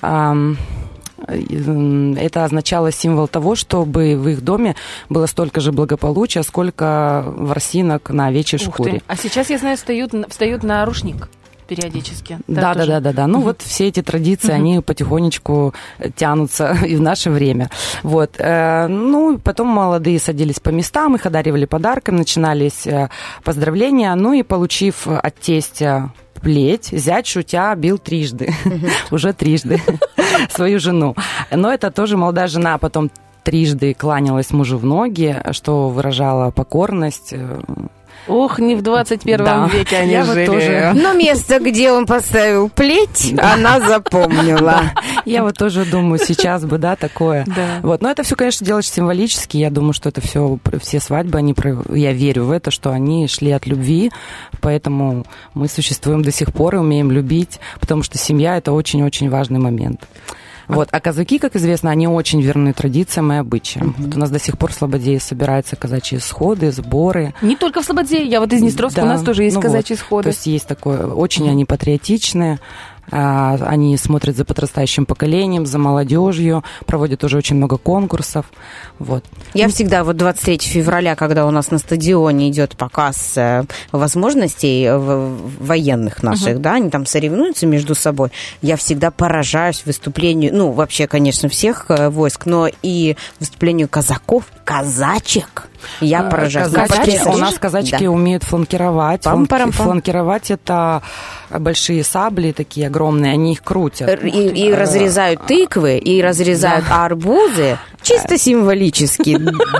Это означало символ того, чтобы в их доме было столько же благополучия, сколько ворсинок на овечьей шкуре. А сейчас, я знаю, встают на рушник периодически. Да. Вот все эти традиции, они потихонечку тянутся и в наше время. Вот. Потом молодые садились по местам, их одаривали подарками, начинались поздравления. И получив от тестя плеть, зять, шутя, бил трижды. Уже трижды свою жену. Но это тоже молодая жена потом трижды кланялась мужу в ноги, что выражало покорность. Ох, не в 21 веке они жили. Тоже... Но место, где он поставил плеть, она запомнила. Я вот тоже думаю, сейчас бы, такое. Вот. Но это все, конечно, делается символически. Я думаю, что это все свадьбы, я верю в это, что они шли от любви, поэтому мы существуем до сих пор и умеем любить, потому что семья — это очень-очень важный момент. Вот. А казаки, как известно, они очень верны традициям и обычаям. Вот у нас до сих пор в Слободе собираются казачьи сходы, сборы. Не только в Слободе, я вот из Днестровска, у нас тоже есть казачьи сходы. То есть есть такое, очень они патриотичные. Они смотрят за подрастающим поколением, за молодежью, проводят уже очень много конкурсов. Вот. Я всегда 23 февраля, когда у нас на стадионе идет показ возможностей военных наших, они там соревнуются между собой, я всегда поражаюсь выступлению, вообще, конечно, всех войск, но и выступлению казаков, казачек. Я поражаюсь. У нас казачки умеют фланкировать. Фланкировать — это большие сабли такие огромные, они их крутят. И разрезают тыквы, и разрезают арбузы, чисто символически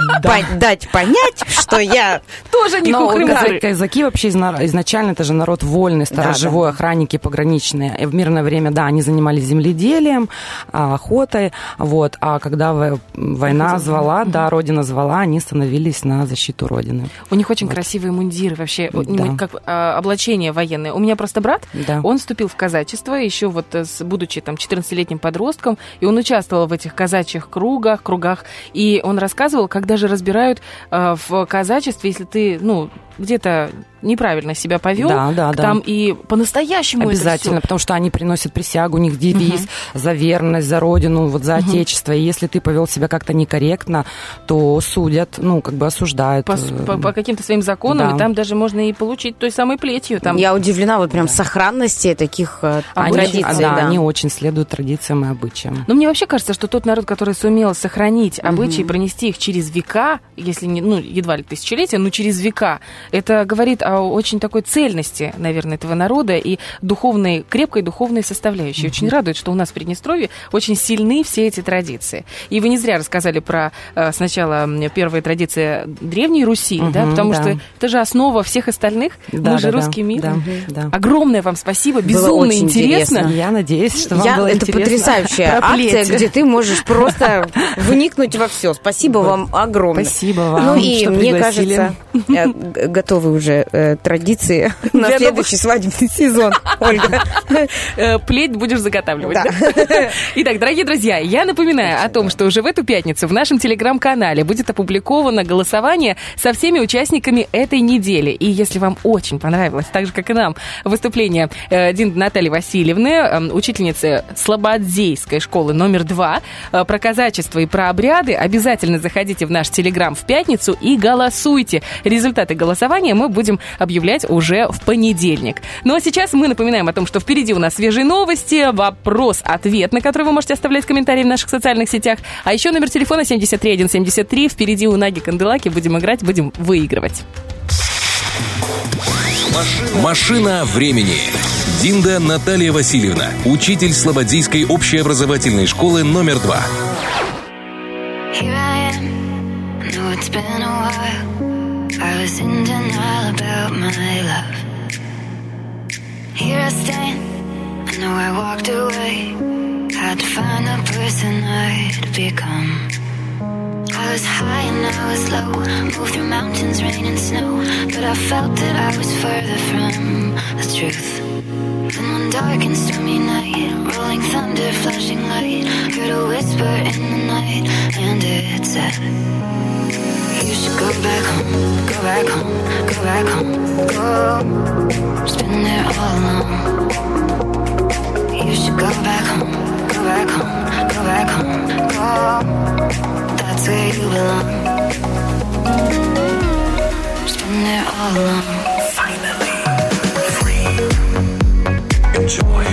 дать понять, что я тоже не хухры-мухры. Казаки вообще изначально это же народ вольный, сторожевой, охранники пограничные. И в мирное время, да, они занимались земледелием, охотой, вот. А когда война звала, да, Родина звала, они становились на защиту Родины. У них очень красивые мундиры вообще, как облачение военное. У меня просто брат, он вступил в казачество еще вот будучи там 14-летним подростком, и он участвовал в этих казачьих кругах, и он рассказывал, как даже разбирают в казачестве, если ты, где-то неправильно себя повел, там и по-настоящему обязательно, потому что они приносят присягу, у них девиз за верность, за родину, вот за отечество. И если ты повел себя как-то некорректно, то судят, осуждают. По каким-то своим законам, и там даже можно и получить той самой плетью. Там. Я удивлена вот прям сохранности таких традиций. Они очень следуют традициям и обычаям. Но мне вообще кажется, что тот народ, который сумел сохранить обычаи, пронести их через века, если не, едва ли тысячелетия, но через века, это говорит о очень такой цельности, наверное, этого народа и крепкой духовной составляющей. Очень радует, что у нас в Приднестровье очень сильны все эти традиции. И вы не зря рассказали про сначала первые традиции Древней Руси, потому что это же основа всех остальных. Мы же русский мир. Огромное вам спасибо, безумно интересно. Я надеюсь, что вам было интересно. Это потрясающая акция, где ты можешь просто вникнуть во все. Спасибо вам огромное. Спасибо вам, и мне кажется, готовы уже традиции на следующий свадебный сезон, Ольга. Плеть будешь заготавливать. Да. Итак, дорогие друзья, я напоминаю о том, что уже в эту пятницу в нашем телеграм-канале будет опубликовано голосование со всеми участниками этой недели. И если вам очень понравилось, так же, как и нам, выступление Натальи Васильевны, учительницы Слободзейской школы номер 2, про казачество и про обряды, обязательно заходите в наш телеграм в пятницу и голосуйте. Результаты голосования мы будем объявлять уже в понедельник. Ну а сейчас мы напоминаем о том, что впереди у нас свежие новости, вопрос-ответ, на который вы можете оставлять комментарии в наших социальных сетях. А еще номер телефона 73173. Впереди у Наги Канделаки. Будем играть, будем выигрывать. Машина времени. Динда Наталья Васильевна, учитель Слободзейской общеобразовательной школы номер 2. I was in denial about my love. Here I stand, I know I walked away. Had to find the person I'd become. I was high and I was low, moved through mountains, rain and snow, but I felt that I was further from the truth. Then one dark and stormy night, rolling thunder, flashing light, heard a whisper in the night, and it said, you should go back home, go back home, go back home, go. Just been there all along. You should go back home, go back home, go back home, go. That's where you belong. Just been there all along. Finally, free. Enjoy.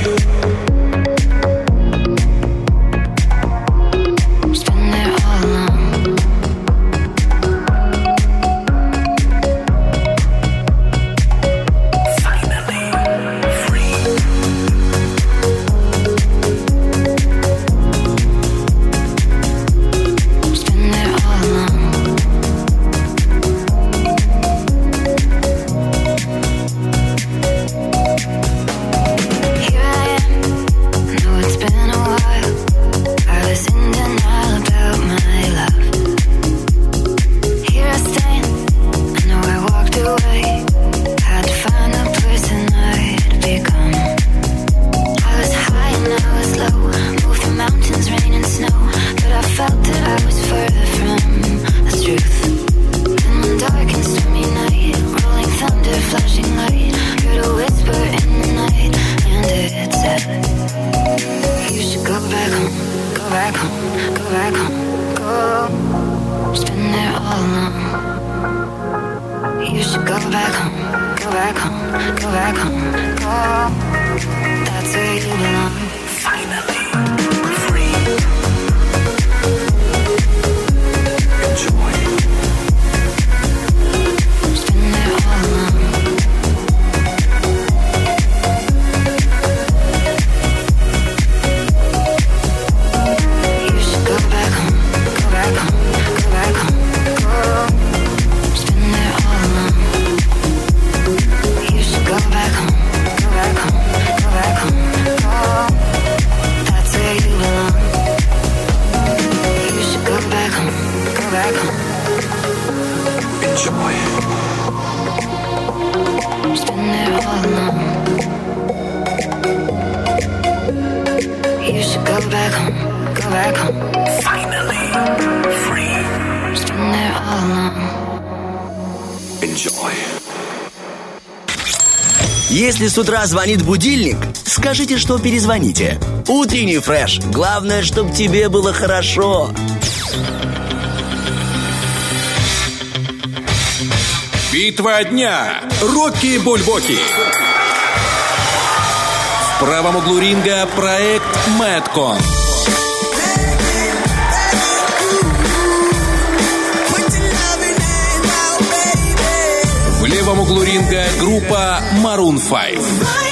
back home, go back home. Finally free. Just been there all along. Enjoy. Если с утра звонит будильник, скажите, что перезвоните. Утренний фреш. Главное, чтобы тебе было хорошо. Битва дня. Рокки Бульбоки. В правом углу ринга проект Мэткон. В левом углу ринга группа Maroon 5.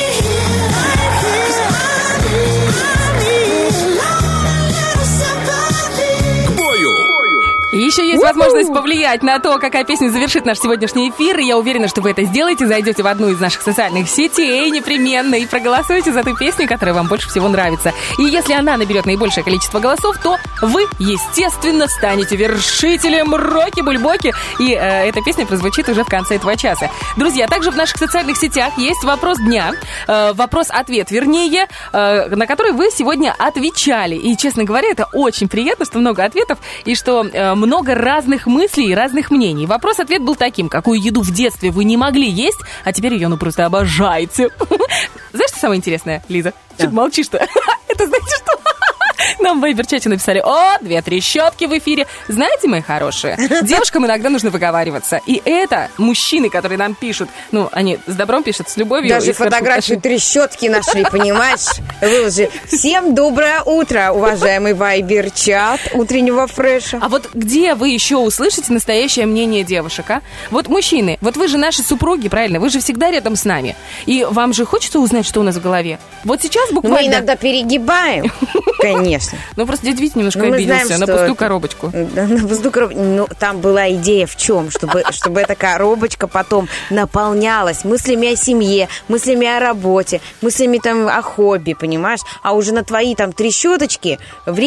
Еще есть возможность повлиять на то, какая песня завершит наш сегодняшний эфир. И я уверена, что вы это сделаете. Зайдете в одну из наших социальных сетей непременно и проголосуйте за ту песню, которая вам больше всего нравится. И если она наберет наибольшее количество голосов, то вы, естественно, станете вершителем Рокки Бульбоки. И эта песня прозвучит уже в конце этого часа. Друзья, также в наших социальных сетях есть вопрос дня. Вопрос-ответ, вернее, на который вы сегодня отвечали. И, честно говоря, это очень приятно, что много ответов и что много разных мыслей и разных мнений. Вопрос-ответ был таким: какую еду в детстве вы не могли есть, а теперь ее просто обожаете? Знаешь, что самое интересное, Лиза? Что ты молчишь-то? Это знаете что? Нам в Вайбер-чате написали: о, 2 трещотки в эфире. Знаете, мои хорошие, девушкам иногда нужно выговариваться. И это мужчины, которые нам пишут, они с добром пишут, с любовью. Даже фотографию трещотки нашли, понимаешь? Выложи. Всем доброе утро, уважаемый Вайбер-чат утреннего фреша. А вот где вы еще услышите настоящее мнение девушек, а? Вот мужчины, вот вы же наши супруги, правильно? Вы же всегда рядом с нами. И вам же хочется узнать, что у нас в голове. Вот сейчас буквально... Мы иногда перегибаем, конечно. Просто дядя Витя немножко обиделся на пустую коробочку. На пустую коробочку. Там была идея в чем? Чтобы эта коробочка потом наполнялась мыслями о семье, мыслями о работе, мыслями там о хобби, понимаешь? А уже на твои там трещоточки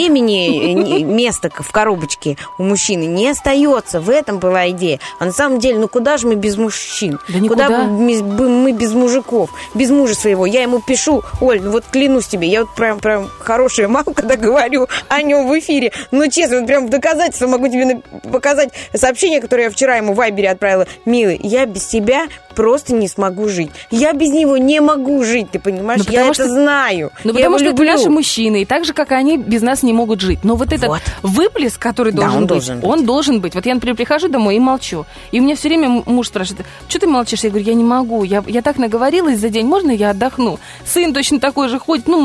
времени, места в коробочке у мужчины не остается. В этом была идея. А на самом деле, куда же мы без мужчин? Да никуда. Куда мы без мужиков? Без мужа своего. Я ему пишу: Оль, вот клянусь тебе, я вот прям хорошая мама, когда говорю о нем в эфире. Честно, вот прям в доказательство могу тебе показать сообщение, которое я вчера ему в Вайбере отправила. Милый, я без тебя просто не смогу жить. Я без него не могу жить, ты понимаешь? Я это знаю. Потому что это наши мужчины, и так же, как и они, без нас не могут жить. Но вот этот выплеск, который должен быть, он должен быть. Вот я, например, прихожу домой и молчу. И у меня все время муж спрашивает: что ты молчишь? Я говорю: я не могу. Я так наговорилась за день, можно я отдохну? Сын точно такой же ходит: ну,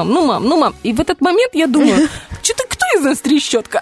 мам. И в этот момент я думаю: кто из нас трещотка?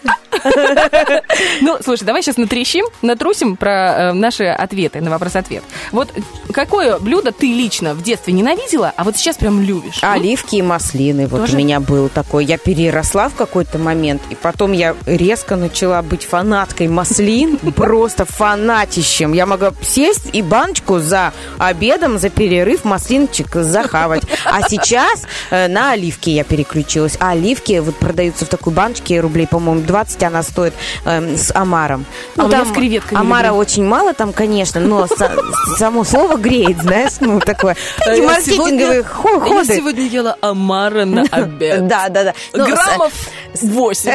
Слушай, давай сейчас натрусим про наши ответы на вопрос-ответ. Вот какое блюдо ты лично в детстве ненавидела, а вот сейчас прям любишь? Оливки и маслины. Вот у меня был такой. Я переросла в какой-то момент, и потом я резко начала быть фанаткой маслин, просто фанатищем. Я могла сесть и баночку за обедом, за перерыв маслинчик захавать. А сейчас на оливки я переключилась. А оливки вот продаются в такой баночке, рублей, по-моему, 20 она стоит, с омаром. Там с креветками. Омара очень мало там, конечно, но само слово греет, знаешь, такое. Такие маркетинговые ходы. Я сегодня ела омара на обед. Да. Граммов 8.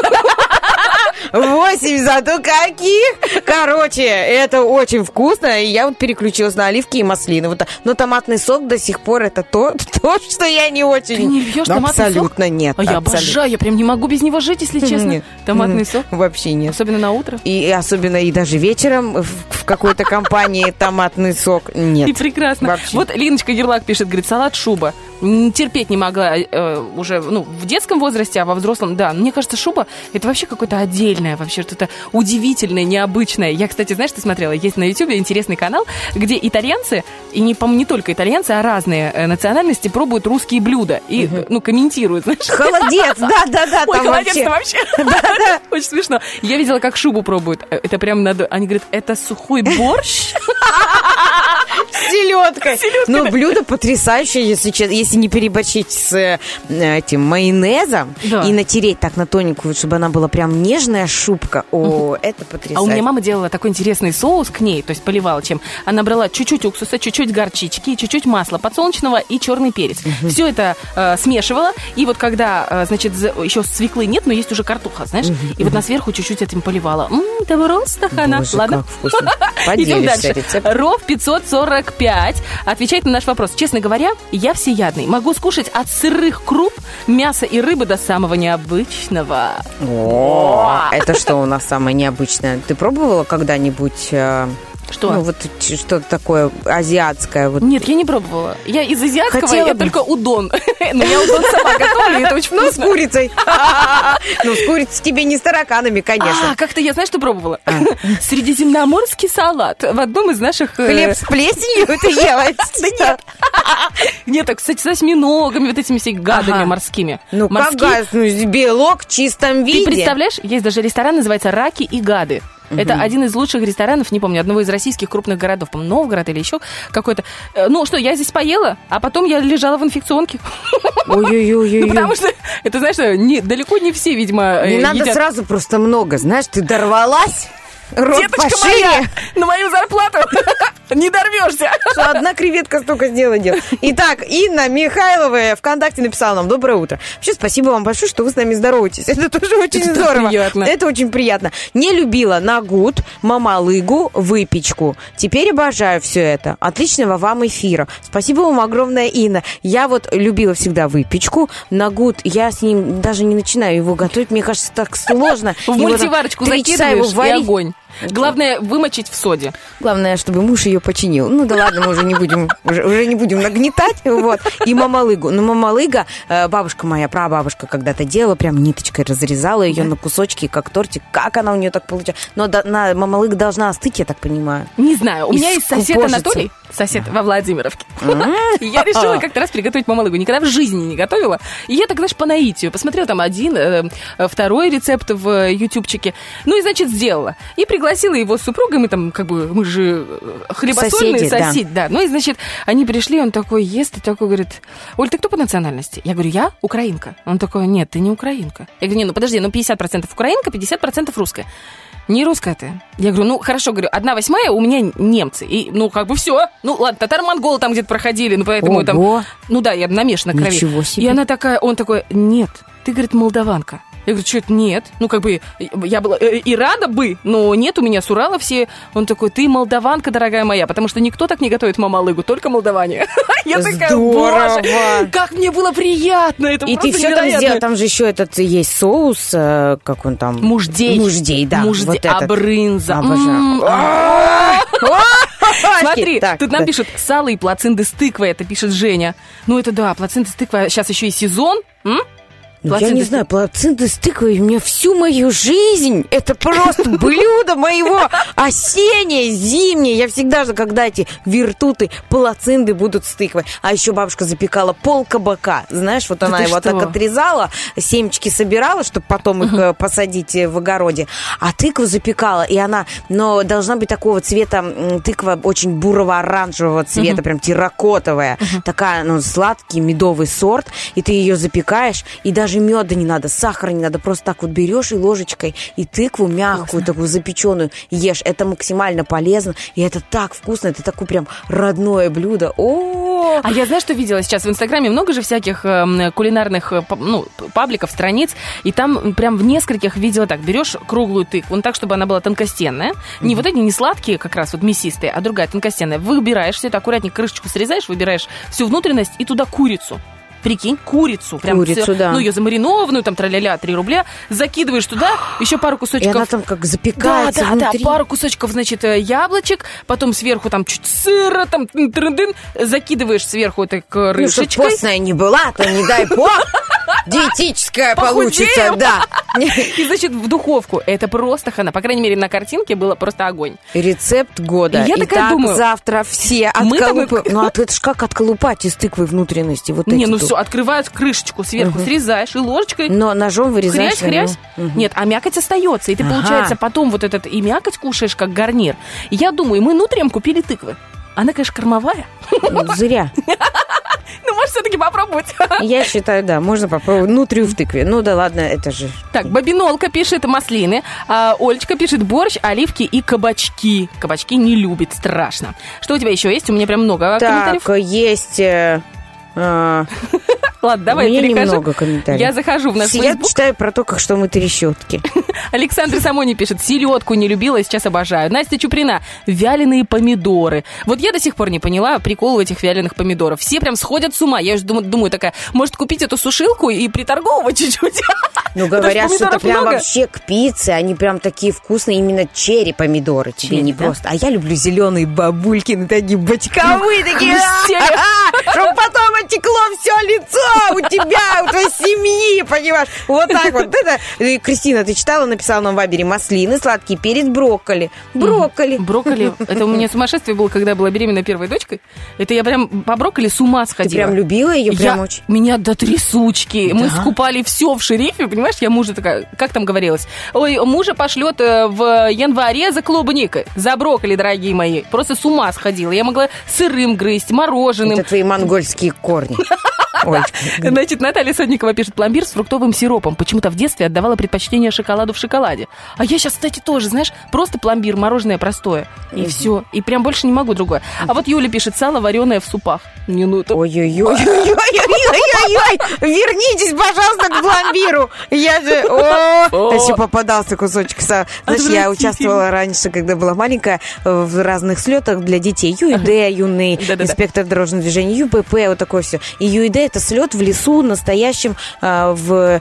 8, зато каких! Короче, это очень вкусно, и я вот переключилась на оливки и маслины. Но томатный сок до сих пор это то, что я не очень... Ты не пьешь томатный сок? Абсолютно нет. Я обожаю, я прям не могу без него жить, если честно. Нет. Томатный сок? Вообще нет. Особенно на утро? И особенно и даже вечером в какой-то компании томатный сок нет. И прекрасно. Вообще. Вот Линочка Герлак пишет, говорит: салат шуба. Терпеть не могла уже в детском возрасте, а во взрослом, да. Мне кажется, шуба — это вообще какое-то отдельное, вообще что-то удивительное, необычное. Я, кстати, знаешь, что смотрела? Есть на Ютубе интересный канал, где итальянцы, и не только итальянцы, а разные национальности пробуют русские блюда и, комментируют, знаешь. Холодец, да. Ой, холодец-то вообще. Очень смешно. Я видела, как шубу пробуют. Это прям надо... Они говорят: это сухой борщ? С селедкой. Но блюдо потрясающее, если не переборщить с этим майонезом и натереть так на тоненькую, чтобы она была прям нежная шубка. О, это потрясающе. А у меня мама делала такой интересный соус к ней, то есть поливала чем. Она брала чуть-чуть уксуса, чуть-чуть горчички, чуть-чуть масла подсолнечного и черный перец. Все это смешивала, и вот когда, значит, еще свеклы нет, но есть уже картоха, знаешь, и вот на сверху чуть-чуть этим поливала. Это просто хана. Ладно? Как вкусно. Идем дальше. Рецепт. Ров 545 отвечает на наш вопрос. Честно говоря, я всеядный. Могу скушать от сырых круп, мяса и рыбы до самого необычного. О, это что у нас самое необычное? Ты пробовала когда-нибудь... Что? Ну, вот что-то такое азиатское. Вот. Нет, я не пробовала. Я из азиатского, я только удон. Но я удон сама готовлю, и это очень вкусно. Ну, с курицей. Ну, с курицей тебе не с тараканами, конечно. Как-то я, знаешь, что пробовала? Средиземноморский салат в одном из наших... Хлеб с плесенью ты ела? Да нет. Нет, кстати, с осьминогами, вот этими всеми гадами морскими. Ну, как гад? Белок в чистом виде. Ты представляешь, есть даже ресторан, называется «Раки и гады». Это один из лучших ресторанов, не помню, одного из российских крупных городов, по-моему, Новгород или еще какой-то. Ну что, я здесь поела, а потом я лежала в инфекционке. Ой-ой-ой. Ну, потому что, это, знаешь, далеко не все, видимо, не надо сразу просто много, знаешь, ты дорвалась. Рот деточка пошире. Моя, на мою зарплату не дорвешься. Что одна креветка столько сделала дел. Итак, Инна Михайлова ВКонтакте написала нам: доброе утро. Вообще, спасибо вам большое, что вы с нами здороваетесь. Это тоже очень здорово. Приятно. Это очень приятно. Не любила нагут, мамалыгу, выпечку. Теперь обожаю все это. Отличного вам эфира. Спасибо вам огромное, Инна. Я вот любила всегда выпечку. Нагут, я с ним даже не начинаю его готовить. Мне кажется, так сложно. В мультиварочку закидываешь и огонь. Главное вымочить в соде. Главное, чтобы муж ее починил. Ну да ладно, мы уже не будем нагнетать. Вот. И мамалыгу. Ну, мамалыга, бабушка моя, прабабушка когда-то делала, прям ниточкой разрезала ее на кусочки, как тортик. Как она у нее так получалась? Но мамалыга должна остыть, я так понимаю. Не знаю. У меня есть сосед Анатолий, сосед во Владимировке. Я решила как-то раз приготовить мамалыгу. Никогда в жизни не готовила. И я так, знаешь, по наитию посмотрела там один, второй рецепт в ютубчике. Ну и, значит, сделала. И пригласила его с супругой, мы же хлебосольные соседи, да. Ну и, значит, они пришли, он такой ест, и такой говорит: Оль, ты кто по национальности? Я говорю: я украинка. Он такой: нет, ты не украинка. Я говорю: не, ну подожди, 50% украинка, 50% русская. Не русская ты. Я говорю: ну, хорошо, говорю, 1/8 у меня немцы. И, все. Ну, ладно, татаро-монголы там где-то проходили, ну, поэтому там... Ну да, я намешана крови. Ничего себе. И она такая, он такой: нет, ты, говорит, молдаванка. Я говорю: что это нет? Ну, я была и рада бы, но нет, у меня с Урала все. Он такой: ты молдаванка, дорогая моя, потому что никто так не готовит мамалыгу, только молдаване. Я такая: боже, как мне было приятно. Это и ты все там сделала, там же еще этот есть соус, как он там? Муждей, да. Муждей, абрынза. Смотри, тут нам пишут: сало и плацинды с тыквой, это пишет Женя. Ну, это да, плацинды с тыквой, сейчас еще и сезон. Я не знаю, плацинты с тыквой у меня всю мою жизнь. Это просто блюдо моего осеннее, зимнее. Я всегда жду, когда эти вертуты, плацинды будут с тыквой. А еще бабушка запекала полкабака. Знаешь, вот она его так отрезала, семечки собирала, чтобы потом их посадить в огороде. А тыкву запекала, и она, но должна быть такого цвета, тыква очень бурово-оранжевого цвета, прям терракотовая. Такая, сладкий медовый сорт. И ты ее запекаешь, и даже меда не надо, сахара не надо, просто так вот берешь и ложечкой, и тыкву мягкую, такую запеченную ешь. Это максимально полезно, и это так вкусно, это такое прям родное блюдо. О! А я, знаешь, что видела сейчас в Инстаграме? Много же всяких кулинарных пабликов, страниц, и там прям в нескольких видела так: берешь круглую тыкву, так, чтобы она была тонкостенная, не вот эти не сладкие, как раз вот мясистые, а другая тонкостенная. Выбираешь все это, аккуратненько крышечку срезаешь, выбираешь всю внутренность и туда курицу. Прикинь, курицу. Прям да. Ну, ее замаринованную, там, тра-ля-ля, 3 рубля. Закидываешь туда, еще пару кусочков. И она там как запекается внутри. Да, пару кусочков, значит, яблочек, потом сверху там чуть сыра, там, закидываешь сверху этой крышечкой. Ну, чтобы постная не была, то не дай бог. Диетическая получится, да. И, значит, в духовку. Это просто хана. По крайней мере, на картинке было просто огонь. Рецепт года. И я такая думаю, завтра все отколупают. Ну, это ж как отколупать из тыквы внутренности? Вот не, ну все, открывают крышечку сверху, срезаешь и ложечкой. Но ножом вырезаешь. Хрясь. Нет, а мякоть остается. И ты, получается, потом вот этот и мякоть кушаешь как гарнир. И я думаю, мы нутрям купили тыквы. Она, конечно, кормовая. Зря. Ну, может, все-таки попробовать. Я считаю, да, можно попробовать нутрию в тыкве. Ну да ладно, это же... Так, Бабинолка пишет маслины, Олечка пишет борщ, оливки и кабачки. Кабачки не любит, страшно. Что у тебя еще есть? У меня прям много комментариев. Так, есть... Ладно, давай перехожу. Немного комментариев. Я захожу в наш Я Facebook. читаю про то, как что мы трещотки. Александр Самони пишет, селедку не любила, сейчас обожаю. Настя Чуприна, вяленые помидоры. Вот я до сих пор не поняла прикол в этих вяленых помидоров. Все прям сходят с ума. Я уже думаю такая, может купить эту сушилку и приторговывать чуть-чуть? Ну, говорят, что это прям вообще к пицце. Они прям такие вкусные, именно черри-помидоры. Тебе не просто. А я люблю зеленые бабулькины, такие бочковые, такие. Чтобы потом отекло все лицо у тебя, у твоей семьи, понимаешь? Вот так вот. Это, Кристина, ты читала, написала нам в Вайбере: маслины, сладкий перец, брокколи. Брокколи. Это у меня сумасшествие было, когда я была беременна первой дочкой. Это я прям по брокколи с ума сходила. Ты прям любила ее? Прям очень? Меня до трясучки. Мы скупали все в шерифе, понимаешь? Я мужа такая, как там говорилось? Ой, мужа пошлет в январе за клубникой, за брокколи, дорогие мои. Просто с ума сходила. Я могла сырым грызть, мороженым. Это твои монгольские корни. Значит, Наталья Садникова пишет: пломбир с фруктовым сиропом. Почему-то в детстве отдавала предпочтение шоколаду в шоколаде. А я сейчас, кстати, тоже, знаешь, просто пломбир, мороженое простое. И все. И прям больше не могу другое. А вот Юля пишет: сало вареное в супах. Ой-ой-ой. Вернитесь, пожалуйста, к пломбиру. Я же... Еще попадался кусочек сала. Знаешь, я участвовала раньше, когда была маленькая, в разных слетах для детей. ЮИД, юный инспектор дорожного движения, ЮПП, вот такое все. И ЮИД — это слет в лесу настоящем, в...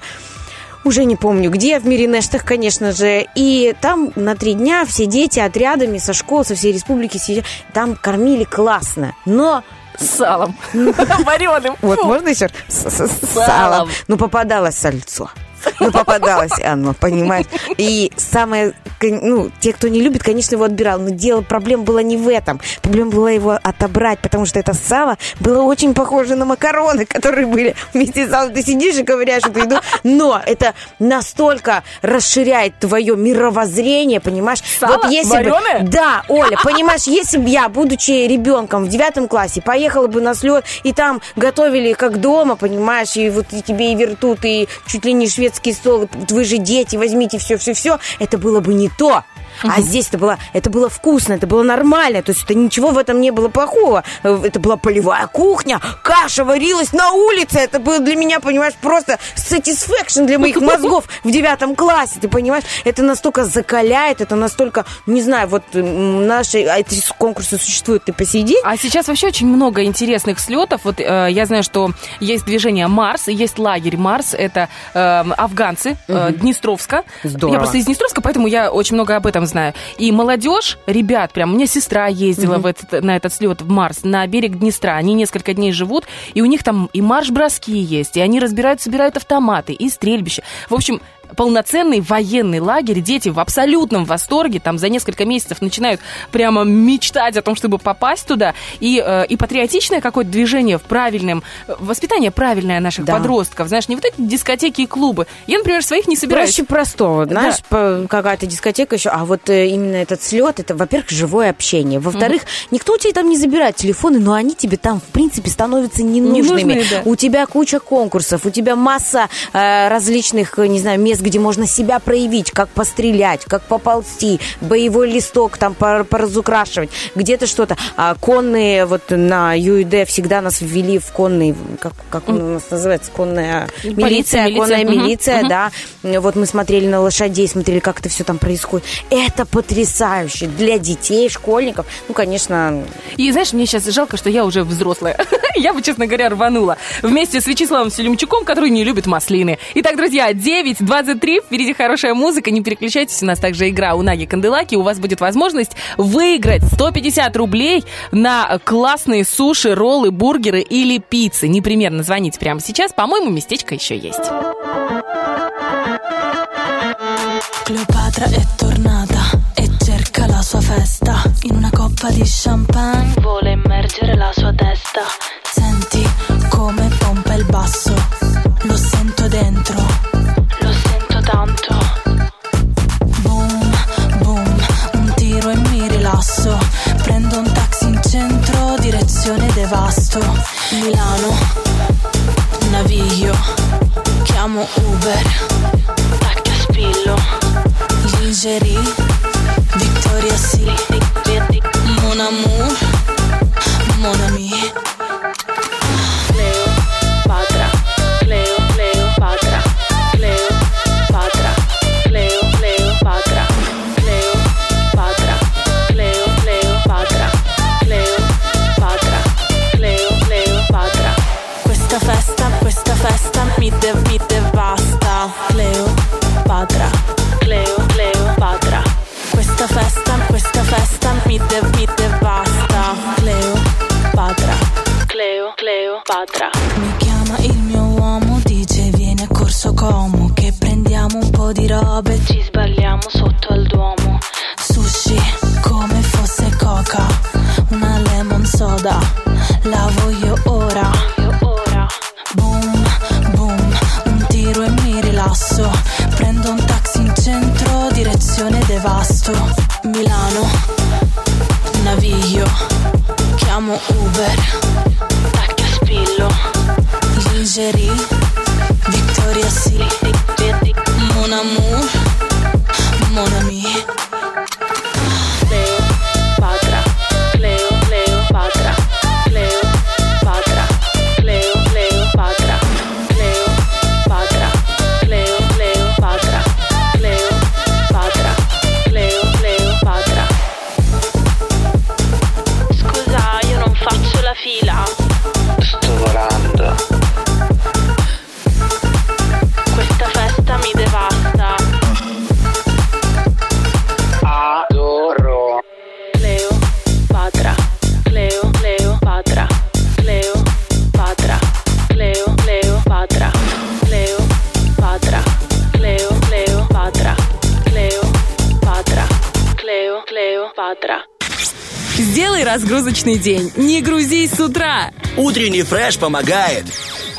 Уже не помню где, в Миринештах, конечно же. И там на 3 дня все дети отрядами со школ, со всей республики сидят. Там кормили классно. Но... С салом. Вареным. Вот можно еще? С салом. Ну, попадалось сальцо. Ну, попадалось оно, понимаешь? И самое... Ну, те, кто не любит, конечно, его отбирал. Но проблема была не в этом. Проблема была его отобрать, потому что это сало было очень похоже на макароны, которые были вместе с салом. Ты сидишь и ковыряешь эту еду. Но это настолько расширяет твое мировоззрение, понимаешь? Сало? Вот если вареное? Да, Оля, понимаешь, если бы я, будучи ребенком в 9 классе, поехала бы на слет, и там готовили как дома, понимаешь, и вот тебе и вертут, и чуть ли не шведский стол, и вы же дети, возьмите все, это было бы не то. А здесь это было вкусно, это было нормально. То есть это ничего в этом не было плохого. Это была полевая кухня, каша варилась на улице. Это было для меня, понимаешь, просто satisfaction для моих мозгов в 9 классе. Ты понимаешь, это настолько закаляет, это настолько, не знаю, вот наши эти конкурсы существуют и по сей день. А сейчас вообще очень много интересных слетов. Вот я знаю, что есть движение Марс, есть лагерь Марс. Это афганцы Днестровска. Здорово. Я просто из Днестровска, поэтому я очень много об этом знаю. И молодежь, ребят, прям, у меня сестра ездила на этот слет в Марс, на берег Днестра. Они несколько дней живут, и у них там и марш-броски есть, и они собирают автоматы, и стрельбища. В общем, полноценный военный лагерь, дети в абсолютном восторге, там за несколько месяцев начинают прямо мечтать о том, чтобы попасть туда, и патриотичное какое-то движение в правильном, воспитание правильное наших подростков, знаешь, не вот эти дискотеки и клубы. Я, например, своих не собираюсь. Проще простого, знаешь, какая-то дискотека еще, а вот именно этот слет, это, во-первых, живое общение, во-вторых, никто у тебя там не забирает телефоны, но они тебе там, в принципе, становятся ненужными. У тебя куча конкурсов, у тебя масса различных, не знаю, мест, где можно себя проявить, как пострелять, как поползти, боевой листок там поразукрашивать, где-то что-то. А конные, вот на ЮИД всегда нас ввели в конный, как у нас называется, конная милиция, конная милиция, да. Вот мы смотрели на лошадей, смотрели, как это все там происходит. Это потрясающе для детей, школьников. Ну, конечно... И, знаешь, мне сейчас жалко, что я уже взрослая. Я бы, честно говоря, рванула. Вместе с Вячеславом Селимчуком, который не любит маслины. Итак, друзья, 9:23, впереди хорошая музыка, не переключайтесь, у нас также игра «Унаги Канделаки», у вас будет возможность выиграть 150 рублей на классные суши, роллы, бургеры или пиццы. Непременно звоните прямо сейчас, по-моему, местечко еще есть. Cleopatra è tornata e cerca la sua festa. In una coppa di champagne vuole immergere la sua testa. Senti come pompa il basso, lo sento dentro, lo sento tanto. Boom, boom, un tiro e mi rilasso. Prendo un taxi in centro devasto. Milano, naviglio, chiamo Uber, tacca spillo, lingerie, Victoria Secret, mon amour, mon ami. Cleopatra, Cleopatra, Cleopatra, Cleopatra, Cleopatra, Cleopatra, Cleopatra, Cleopatra. Questa festa mi devasta. Cleopatra, Cleopatra. Questa festa mi devasta. Cleopatra, Cleopatra. Mi chiama il mio uomo, dice vieni a Corso Como, che prendiamo un po' di robe, ci sbagliamo sotto al Duomo. Sushi come fosse coca, una lemon soda, la voglio ora. Boom, boom, un tiro e mi rilasso, prendo un taxi in centro, direzione Devasto. Milano, naviglio, chiamo Uber, tacca spillo, lingerie, Victoria Secret, mon amour, mon ami. Cleopatra, Cleopatra, Cleopatra, Cleopatra, Cleopatra, Cleopatra, Cleopatra, Cleopatra. Scusa, io non faccio la fila. Sto volando. Questa festa mi devasta. Adoro. Cleopatra, Cleopatra, Cleopatra, Cleopatra, Cleopatra, Cleopatra, Cleopatra, Cleopatra. Сделай разгрузочный день. Не грузись с утра. Утренний фреш помогает.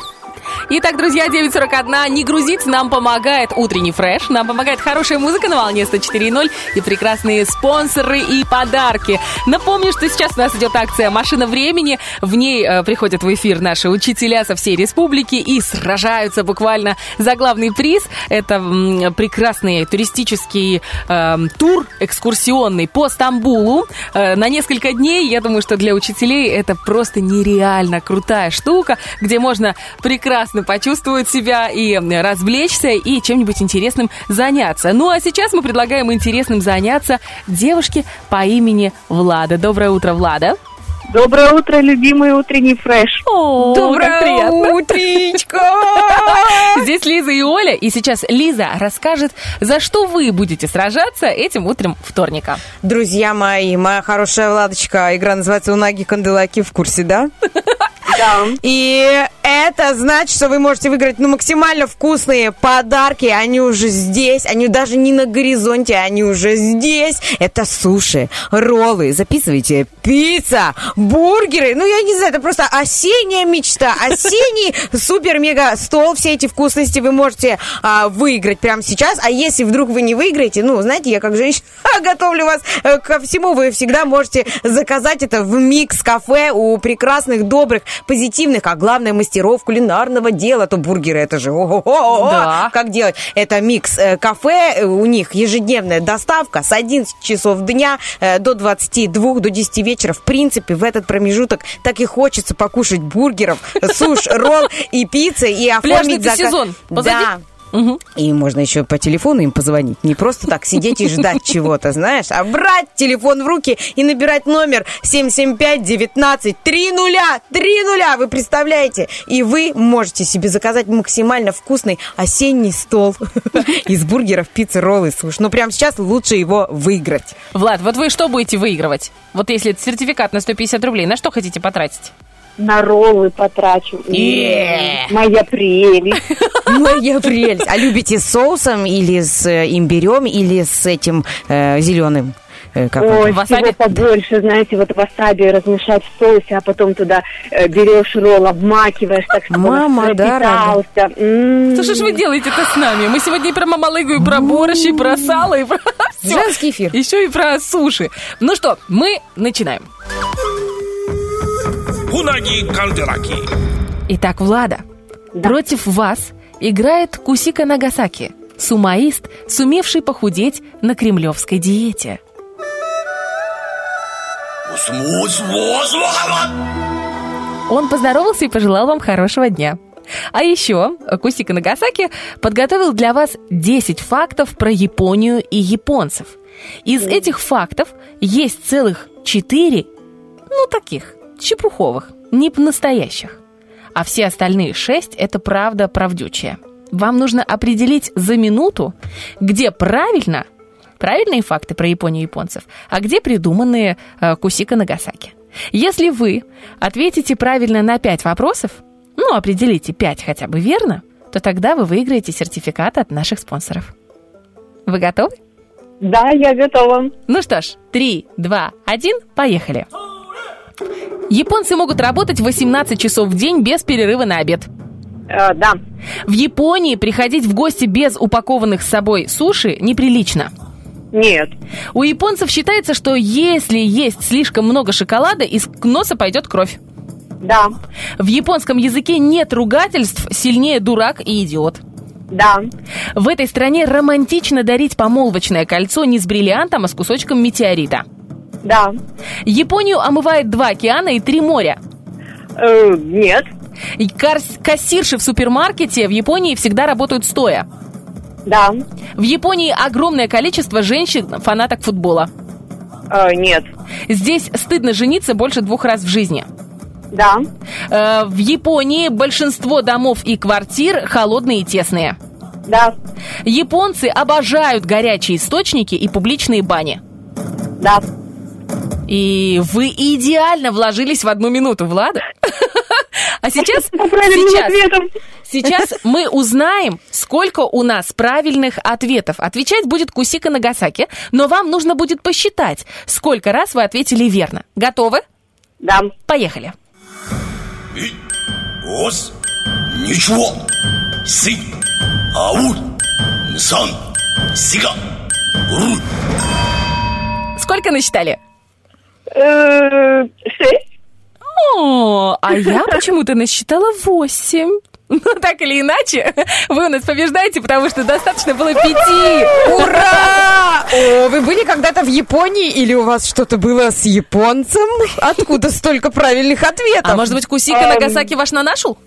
Итак, друзья, 9:41. Не грузиться нам помогает утренний фреш. Нам помогает хорошая музыка на волне 104.0 и прекрасные спонсоры и подарки. Напомню, что сейчас у нас идет акция «Машина времени». В ней приходят в эфир наши учителя со всей республики и сражаются буквально за главный приз. Это прекрасный туристический тур экскурсионный по Стамбулу на несколько дней. Я думаю, что для учителей это просто нереально крутая штука, где можно прекрасно почувствовать себя и развлечься, и чем-нибудь интересным заняться. Ну, а сейчас мы предлагаем интересным заняться девушке по имени Влада. Доброе утро, Влада. Доброе утро, любимый утренний фреш. О, доброе утречко! Здесь Лиза и Оля, и сейчас Лиза расскажет, за что вы будете сражаться этим утром вторника. Друзья мои, моя хорошая Владочка, игра называется «Унаги Канделаки», в курсе, да? Да. И это значит, что вы можете выиграть максимально вкусные подарки. Они уже здесь, они даже не на горизонте, они уже здесь. Это суши, роллы, записывайте, пицца, бургеры. Ну, я не знаю, это просто осенняя мечта, осенний супер-мега-стол. Все эти вкусности вы можете выиграть прямо сейчас. А если вдруг вы не выиграете, ну, знаете, я как женщина готовлю вас ко всему. Вы всегда можете заказать это в Микс-кафе у прекрасных, добрых, позитивных, а главное, мастеров кулинарного дела. То бургеры, это же Да. Как делать? Это Микс-кафе, у них ежедневная доставка с 11 часов дня до 22, до 10 вечера. В принципе, в этот промежуток так и хочется покушать бургеров, суш, ролл и пиццы, и оформить заказ. Пляжный сезон позади. Да. Угу. И можно еще по телефону им позвонить. Не просто так сидеть и ждать чего-то, знаешь, а брать телефон в руки и набирать номер 775-19-30. 30, вы представляете? И вы можете себе заказать максимально вкусный осенний стол из бургеров, пиццы, роллы, суш. Но прямо сейчас лучше его выиграть. Влад, вот вы что будете выигрывать? Вот если это сертификат на 150 рублей, на что хотите потратить? На роллы потрачу. Моя прелесть. Моя прелесть. А любите с соусом или с имбирем, или с этим зеленым? Ой, всего побольше, знаете, вот васаби размешать в соусе, а потом туда берешь ролл, обмакиваешь, так что мама, да, Что ж вы делаете-то с нами? Мы сегодня и про мамалыгу, и про борщ, и про сало, и про женский эфир. Еще и про суши. Ну что, мы начинаем. Унаги Канделаки. Итак, Влада, против вас играет Кусика Нагасаки, сумоист, сумевший похудеть на кремлевской диете. Он поздоровался и пожелал вам хорошего дня. А еще Кусика Нагасаки подготовил для вас 10 фактов про Японию и японцев. Из этих фактов есть целых 4, таких, чепуховых, не настоящих. А все остальные 6 – это правда правдючая. Вам нужно определить за минуту, где правильные факты про Японию и японцев, а где придуманные Кусика Нагасаки. Если вы ответите правильно на 5 вопросов, определите 5 хотя бы верно, то тогда вы выиграете сертификат от наших спонсоров. Вы готовы? Да, я готова. Ну что ж, 3, 2, 1, поехали. Японцы могут работать 18 часов в день без перерыва на обед. Да. В Японии приходить в гости без упакованных с собой суши неприлично. Нет. У японцев считается, что если есть слишком много шоколада, из носа пойдет кровь. Да. В японском языке нет ругательств сильнее дурак и идиот. Да. В этой стране романтично дарить помолвочное кольцо не с бриллиантом, а с кусочком метеорита. Да. Японию омывает 2 океана и 3 моря. Нет. Кассирши в супермаркете в Японии всегда работают стоя. Да. В Японии огромное количество женщин-фанаток футбола. Нет. Здесь стыдно жениться больше 2 раз в жизни. Да. В Японии большинство домов и квартир холодные и тесные. Да. Японцы обожают горячие источники и публичные бани. Да. И вы идеально вложились в 1 минуту, Влада. А сейчас мы узнаем, сколько у нас правильных ответов. Отвечать будет Кусика Нагасаки, но вам нужно будет посчитать, сколько раз вы ответили верно. Готовы? Да. Поехали. Ос, ничего, си, ау, сан, сига, ру. Сколько насчитали? 6. А я почему-то насчитала 8. Так или иначе, вы у нас побеждаете, потому что достаточно было 5. Ура! О, вы были когда-то в Японии или у вас что-то было с японцем? Откуда столько правильных ответов? А может быть, Кусика Нагасаки ваш нанашул?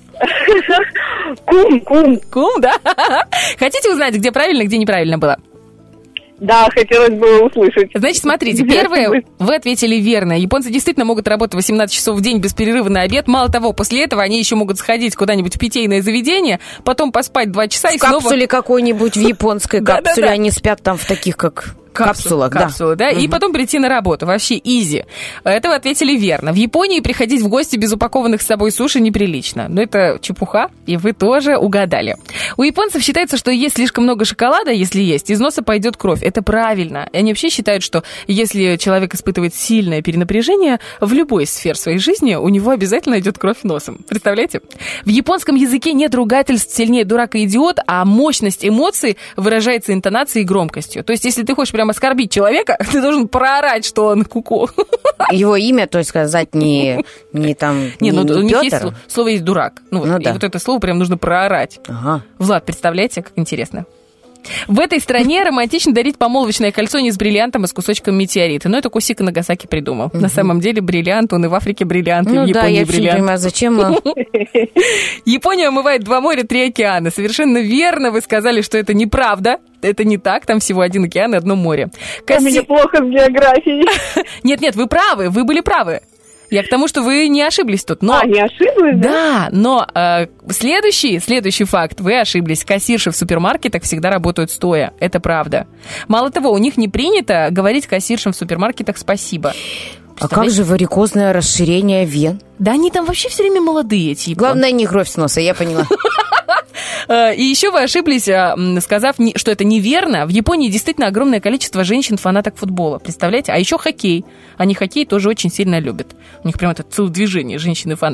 Кум, да? Хотите узнать, где правильно, где неправильно было? Да, хотелось бы услышать. Значит, смотрите, первое, вы ответили верно. Японцы действительно могут работать 18 часов в день без перерыва на обед. Мало того, после этого они еще могут сходить куда-нибудь в питейное заведение, потом поспать 2 часа и снова... В капсуле какой-нибудь, в японской капсуле. Они спят там в таких, как... Капсулы, да. И потом прийти на работу. Вообще изи. Это вы ответили верно. В Японии приходить в гости без упакованных с собой суши неприлично. Но это чепуха, и вы тоже угадали. У японцев считается, что есть слишком много шоколада, если есть, из носа пойдет кровь. Это правильно. Они вообще считают, что если человек испытывает сильное перенапряжение в любой сфере своей жизни, у него обязательно идет кровь носом. Представляете? В японском языке нет ругательств сильнее дурак и идиот, а мощность эмоций выражается интонацией и громкостью. То есть, если ты хочешь прям оскорбить человека, ты должен проорать, что он ку-ку. Его имя, то есть сказать не там не Пётр. У них есть слово есть дурак. И вот это слово прям нужно проорать. Ага. Влад, представляете, как интересно? В этой стране романтично дарить помолвочное кольцо не с бриллиантом, а с кусочком метеорита. Но это Кусика Нагасаки придумал. На самом деле бриллиант, он и в Африке бриллиант, и в Японии бриллиант. Понимаю, зачем? Япония омывает 2 моря, 3 океана. Совершенно верно вы сказали, что это неправда. Это не так, там всего 1 океан и 1 море. У меня плохо с географией. Нет, вы правы, вы были правы. Я к тому, что вы не ошиблись тут. Но... не ошиблась? Да, но следующий факт. Вы ошиблись. Кассирши в супермаркетах всегда работают стоя. Это правда. Мало того, у них не принято говорить кассиршам в супермаркетах спасибо. А как же варикозное расширение вен? Да они там вообще все время молодые, эти японцы. Главное, не кровь с носа, я поняла. И еще вы ошиблись, сказав, что это неверно. В Японии действительно огромное количество женщин-фанаток футбола. Представляете? А еще хоккей. Они хоккей тоже очень сильно любят. У них прям это целое движение, женщины-фанатки.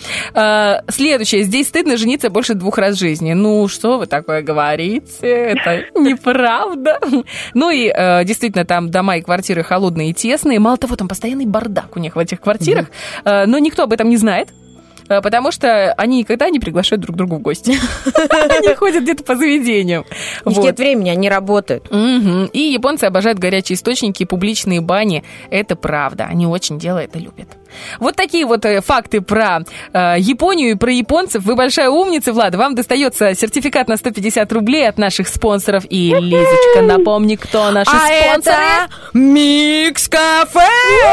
Следующее. Здесь стыдно жениться больше 2 раз в жизни. Ну, что вы такое говорите? Это неправда. Ну и действительно, там дома и квартиры холодные и тесные. Мало того, там постоянный бардак у них в этих квартирах. Но никто об этом не знает. Потому что они никогда не приглашают друг друга в гости. Они ходят где-то по заведениям. У них нет времени, они работают. И японцы обожают горячие источники и публичные бани. Это правда. Они очень дело это любят. Вот такие вот факты про Японию и про японцев. Вы большая умница, Влада. Вам достается сертификат на 150 рублей от наших спонсоров. И, Лизочка, напомни, кто наши спонсоры. Это Микс Кафе!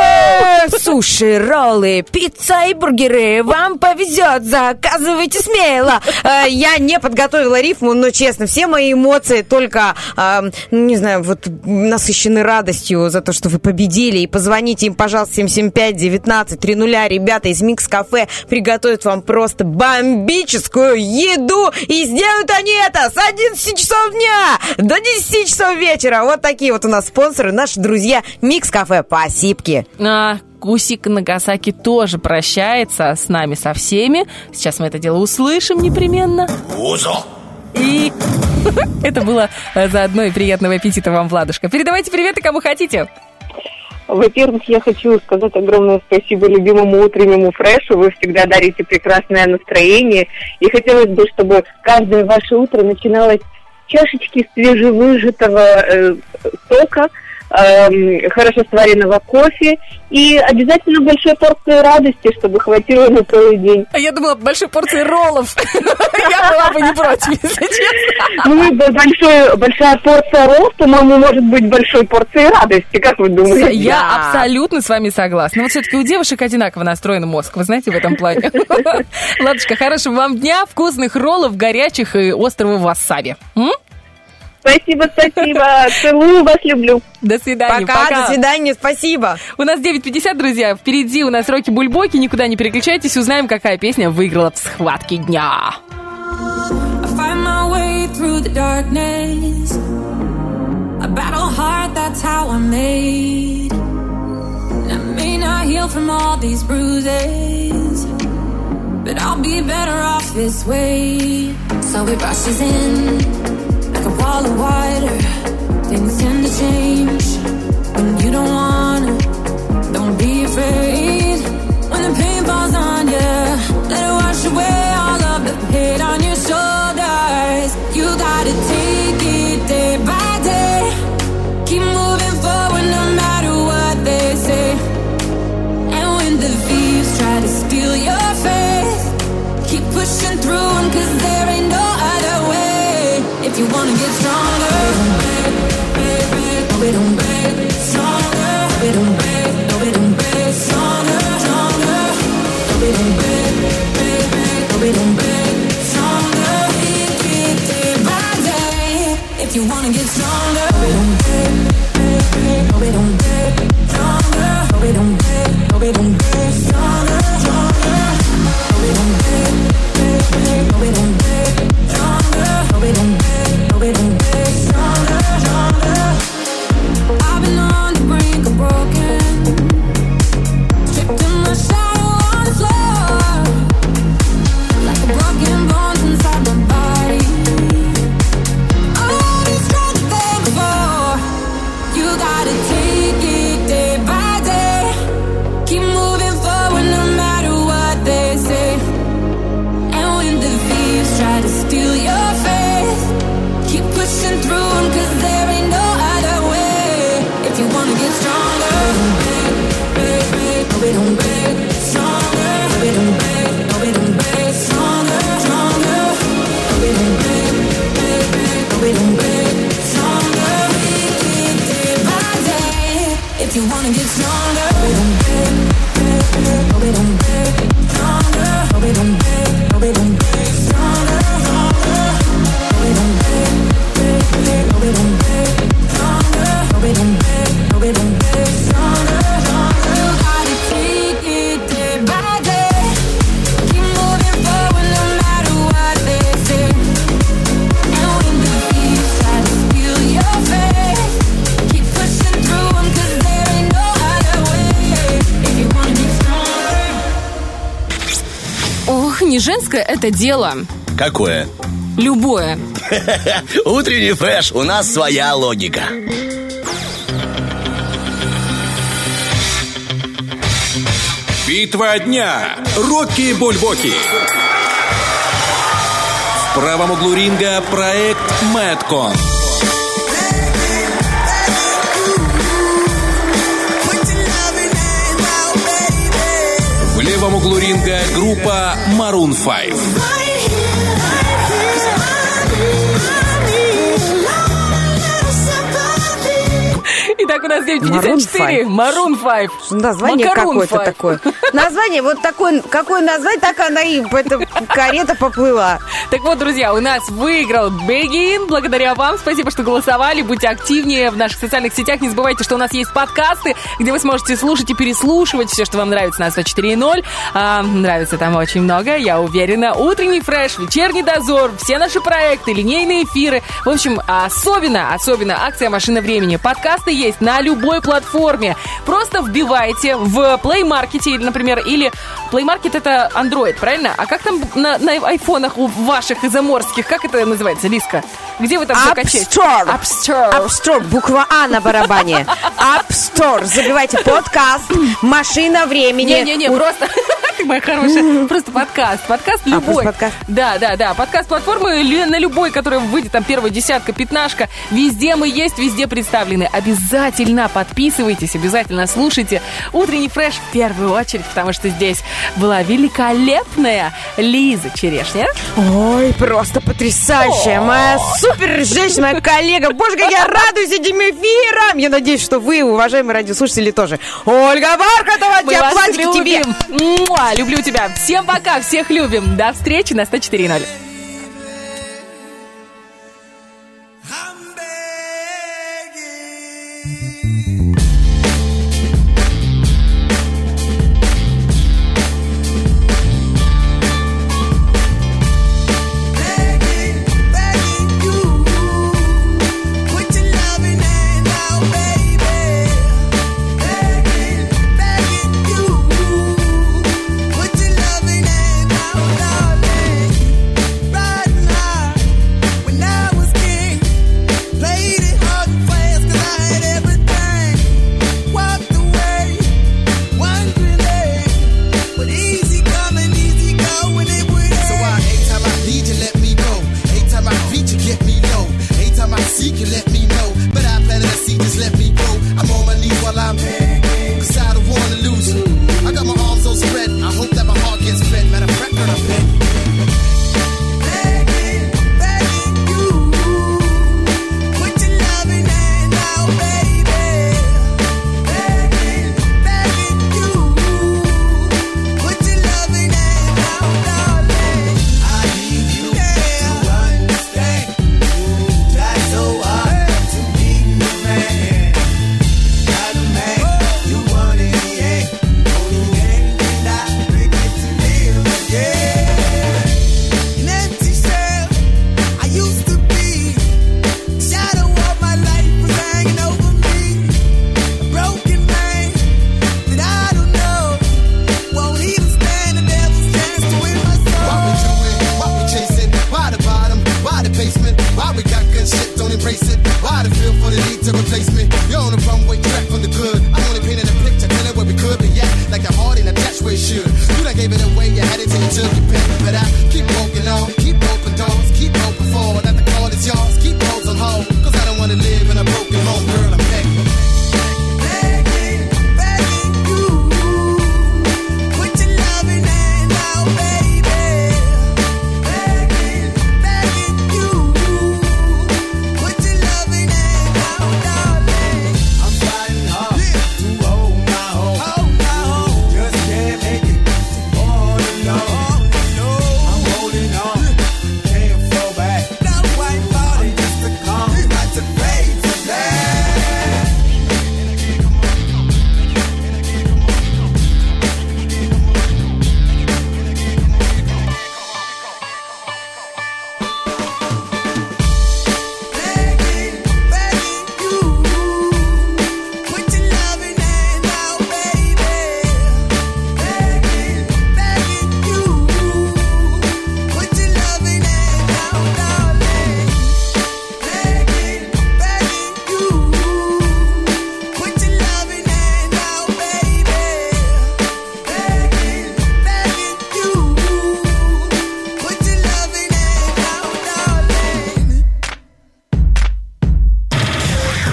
Суши, роллы, пицца и бургеры. Вам повезет, заказывайте смело. Я не подготовила рифму, но, честно, все мои эмоции только, не знаю, вот насыщены радостью за то, что вы победили. И позвоните им, пожалуйста, 775-19-30. Ребята из Микс Кафе приготовят вам просто бомбическую еду. И сделают они это с 11 часов дня до 10 часов вечера. Вот такие вот у нас спонсоры, наши друзья Микс Кафе. Спасибки. Кусика Нагасаки тоже прощается с нами со всеми. Сейчас мы это дело услышим непременно. И это было заодно и приятного аппетита вам, Владушка. Передавайте приветы, кому хотите. Во-первых, я хочу сказать огромное спасибо любимому утреннему фрешу. Вы всегда дарите прекрасное настроение. И хотелось бы, чтобы каждое ваше утро начиналось с чашечки свежевыжатого сока, хорошо сваренного кофе и обязательно большой порции радости, чтобы хватило на целый день. А я думала, большой порции роллов. Я была бы не против, если честно. Ну, большая порция роллов, по-моему, может быть большой порцией радости. Как вы думаете? Я абсолютно с вами согласна. Но вот все-таки у девушек одинаково настроен мозг, вы знаете, в этом плане. Ладушка, хорошего вам дня, вкусных роллов, горячих и острого васаби. Спасибо. Целую вас, люблю. До свидания. Пока. До свидания, спасибо. У нас 9:50, друзья. Впереди у нас Рокки Бульбоки. Никуда не переключайтесь. Узнаем, какая песня выиграла в схватке дня. Like a wall of water, things tend to change when you don't wanna. Don't be afraid when the pain falls on you. Let it wash away all of the hate on your shoulders. You gotta take it day by day. Keep moving forward no matter what they say. And when the thieves try to steal your faith, keep pushing through 'em 'cause there ain't no other way. If you wanna get stronger, we don't break, stronger, we don't break, no we don't break, stronger, we don't break, no we don't break, stronger, day by day. If you wanna get stronger, we don't break, no we don't break, stronger, we don't break, no we don't break, stronger, no we don't break, no we don't break, stronger, no we don't break. We don't get stronger, stronger. I've been on the brink of broken, tripped in my shadow on the floor, like a broken bones inside my body. I'll be stronger than before. You gotta take не женское это дело. Какое? Любое. Утренний фреш, у нас своя логика. Битва дня. Рокки Бульбоки. В правом углу ринга проект Madcon. В левом углу ринга группа Maroon 5. Итак, у нас 9:54. Maroon 5. Название Макарун какое-то 5. такое. Название вот такое, какое назвать, так она и эта карета поплыла. Так вот, друзья, у нас выиграл Begin. Благодаря вам. Спасибо, что голосовали. Будьте активнее в наших социальных сетях. Не забывайте, что у нас есть подкасты, где вы сможете слушать и переслушивать все, что вам нравится на 104.0. Нравится там очень много, я уверена. Утренний фреш, вечерний дозор, все наши проекты, линейные эфиры. В общем, особенно акция «Машина времени». Подкасты есть на любой платформе. Просто вбивайте в Play Market, например, или Play Market это Android, правильно? А как там на айфонах у ваших заморских, как это называется, Лиска? Где вы там все качаете? App Store. Буква А на барабане. App Store. Забивайте подкаст «Машина времени». Не, просто, моя хорошая, просто подкаст. Подкаст любой. Подкаст. Да. Подкаст платформы на любой, который выйдет, там первая десятка, пятнашка. Везде мы есть, везде представлены. Обязательно подписывайтесь, обязательно слушайте утренний фреш в первую очередь, потому что здесь была великолепная Лиза Черешня. Ой, просто потрясающая. Моя супер женщина, моя коллега. Боже, как я радуюсь этим эфирам. Я надеюсь, что вы, уважаемые радиослушатели, тоже. Ольга Бархатова, мы вас любим. Люблю тебя. Всем пока, всех любим. До встречи на 104.0.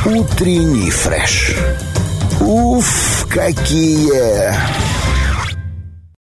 Утренний фреш. Уф, какие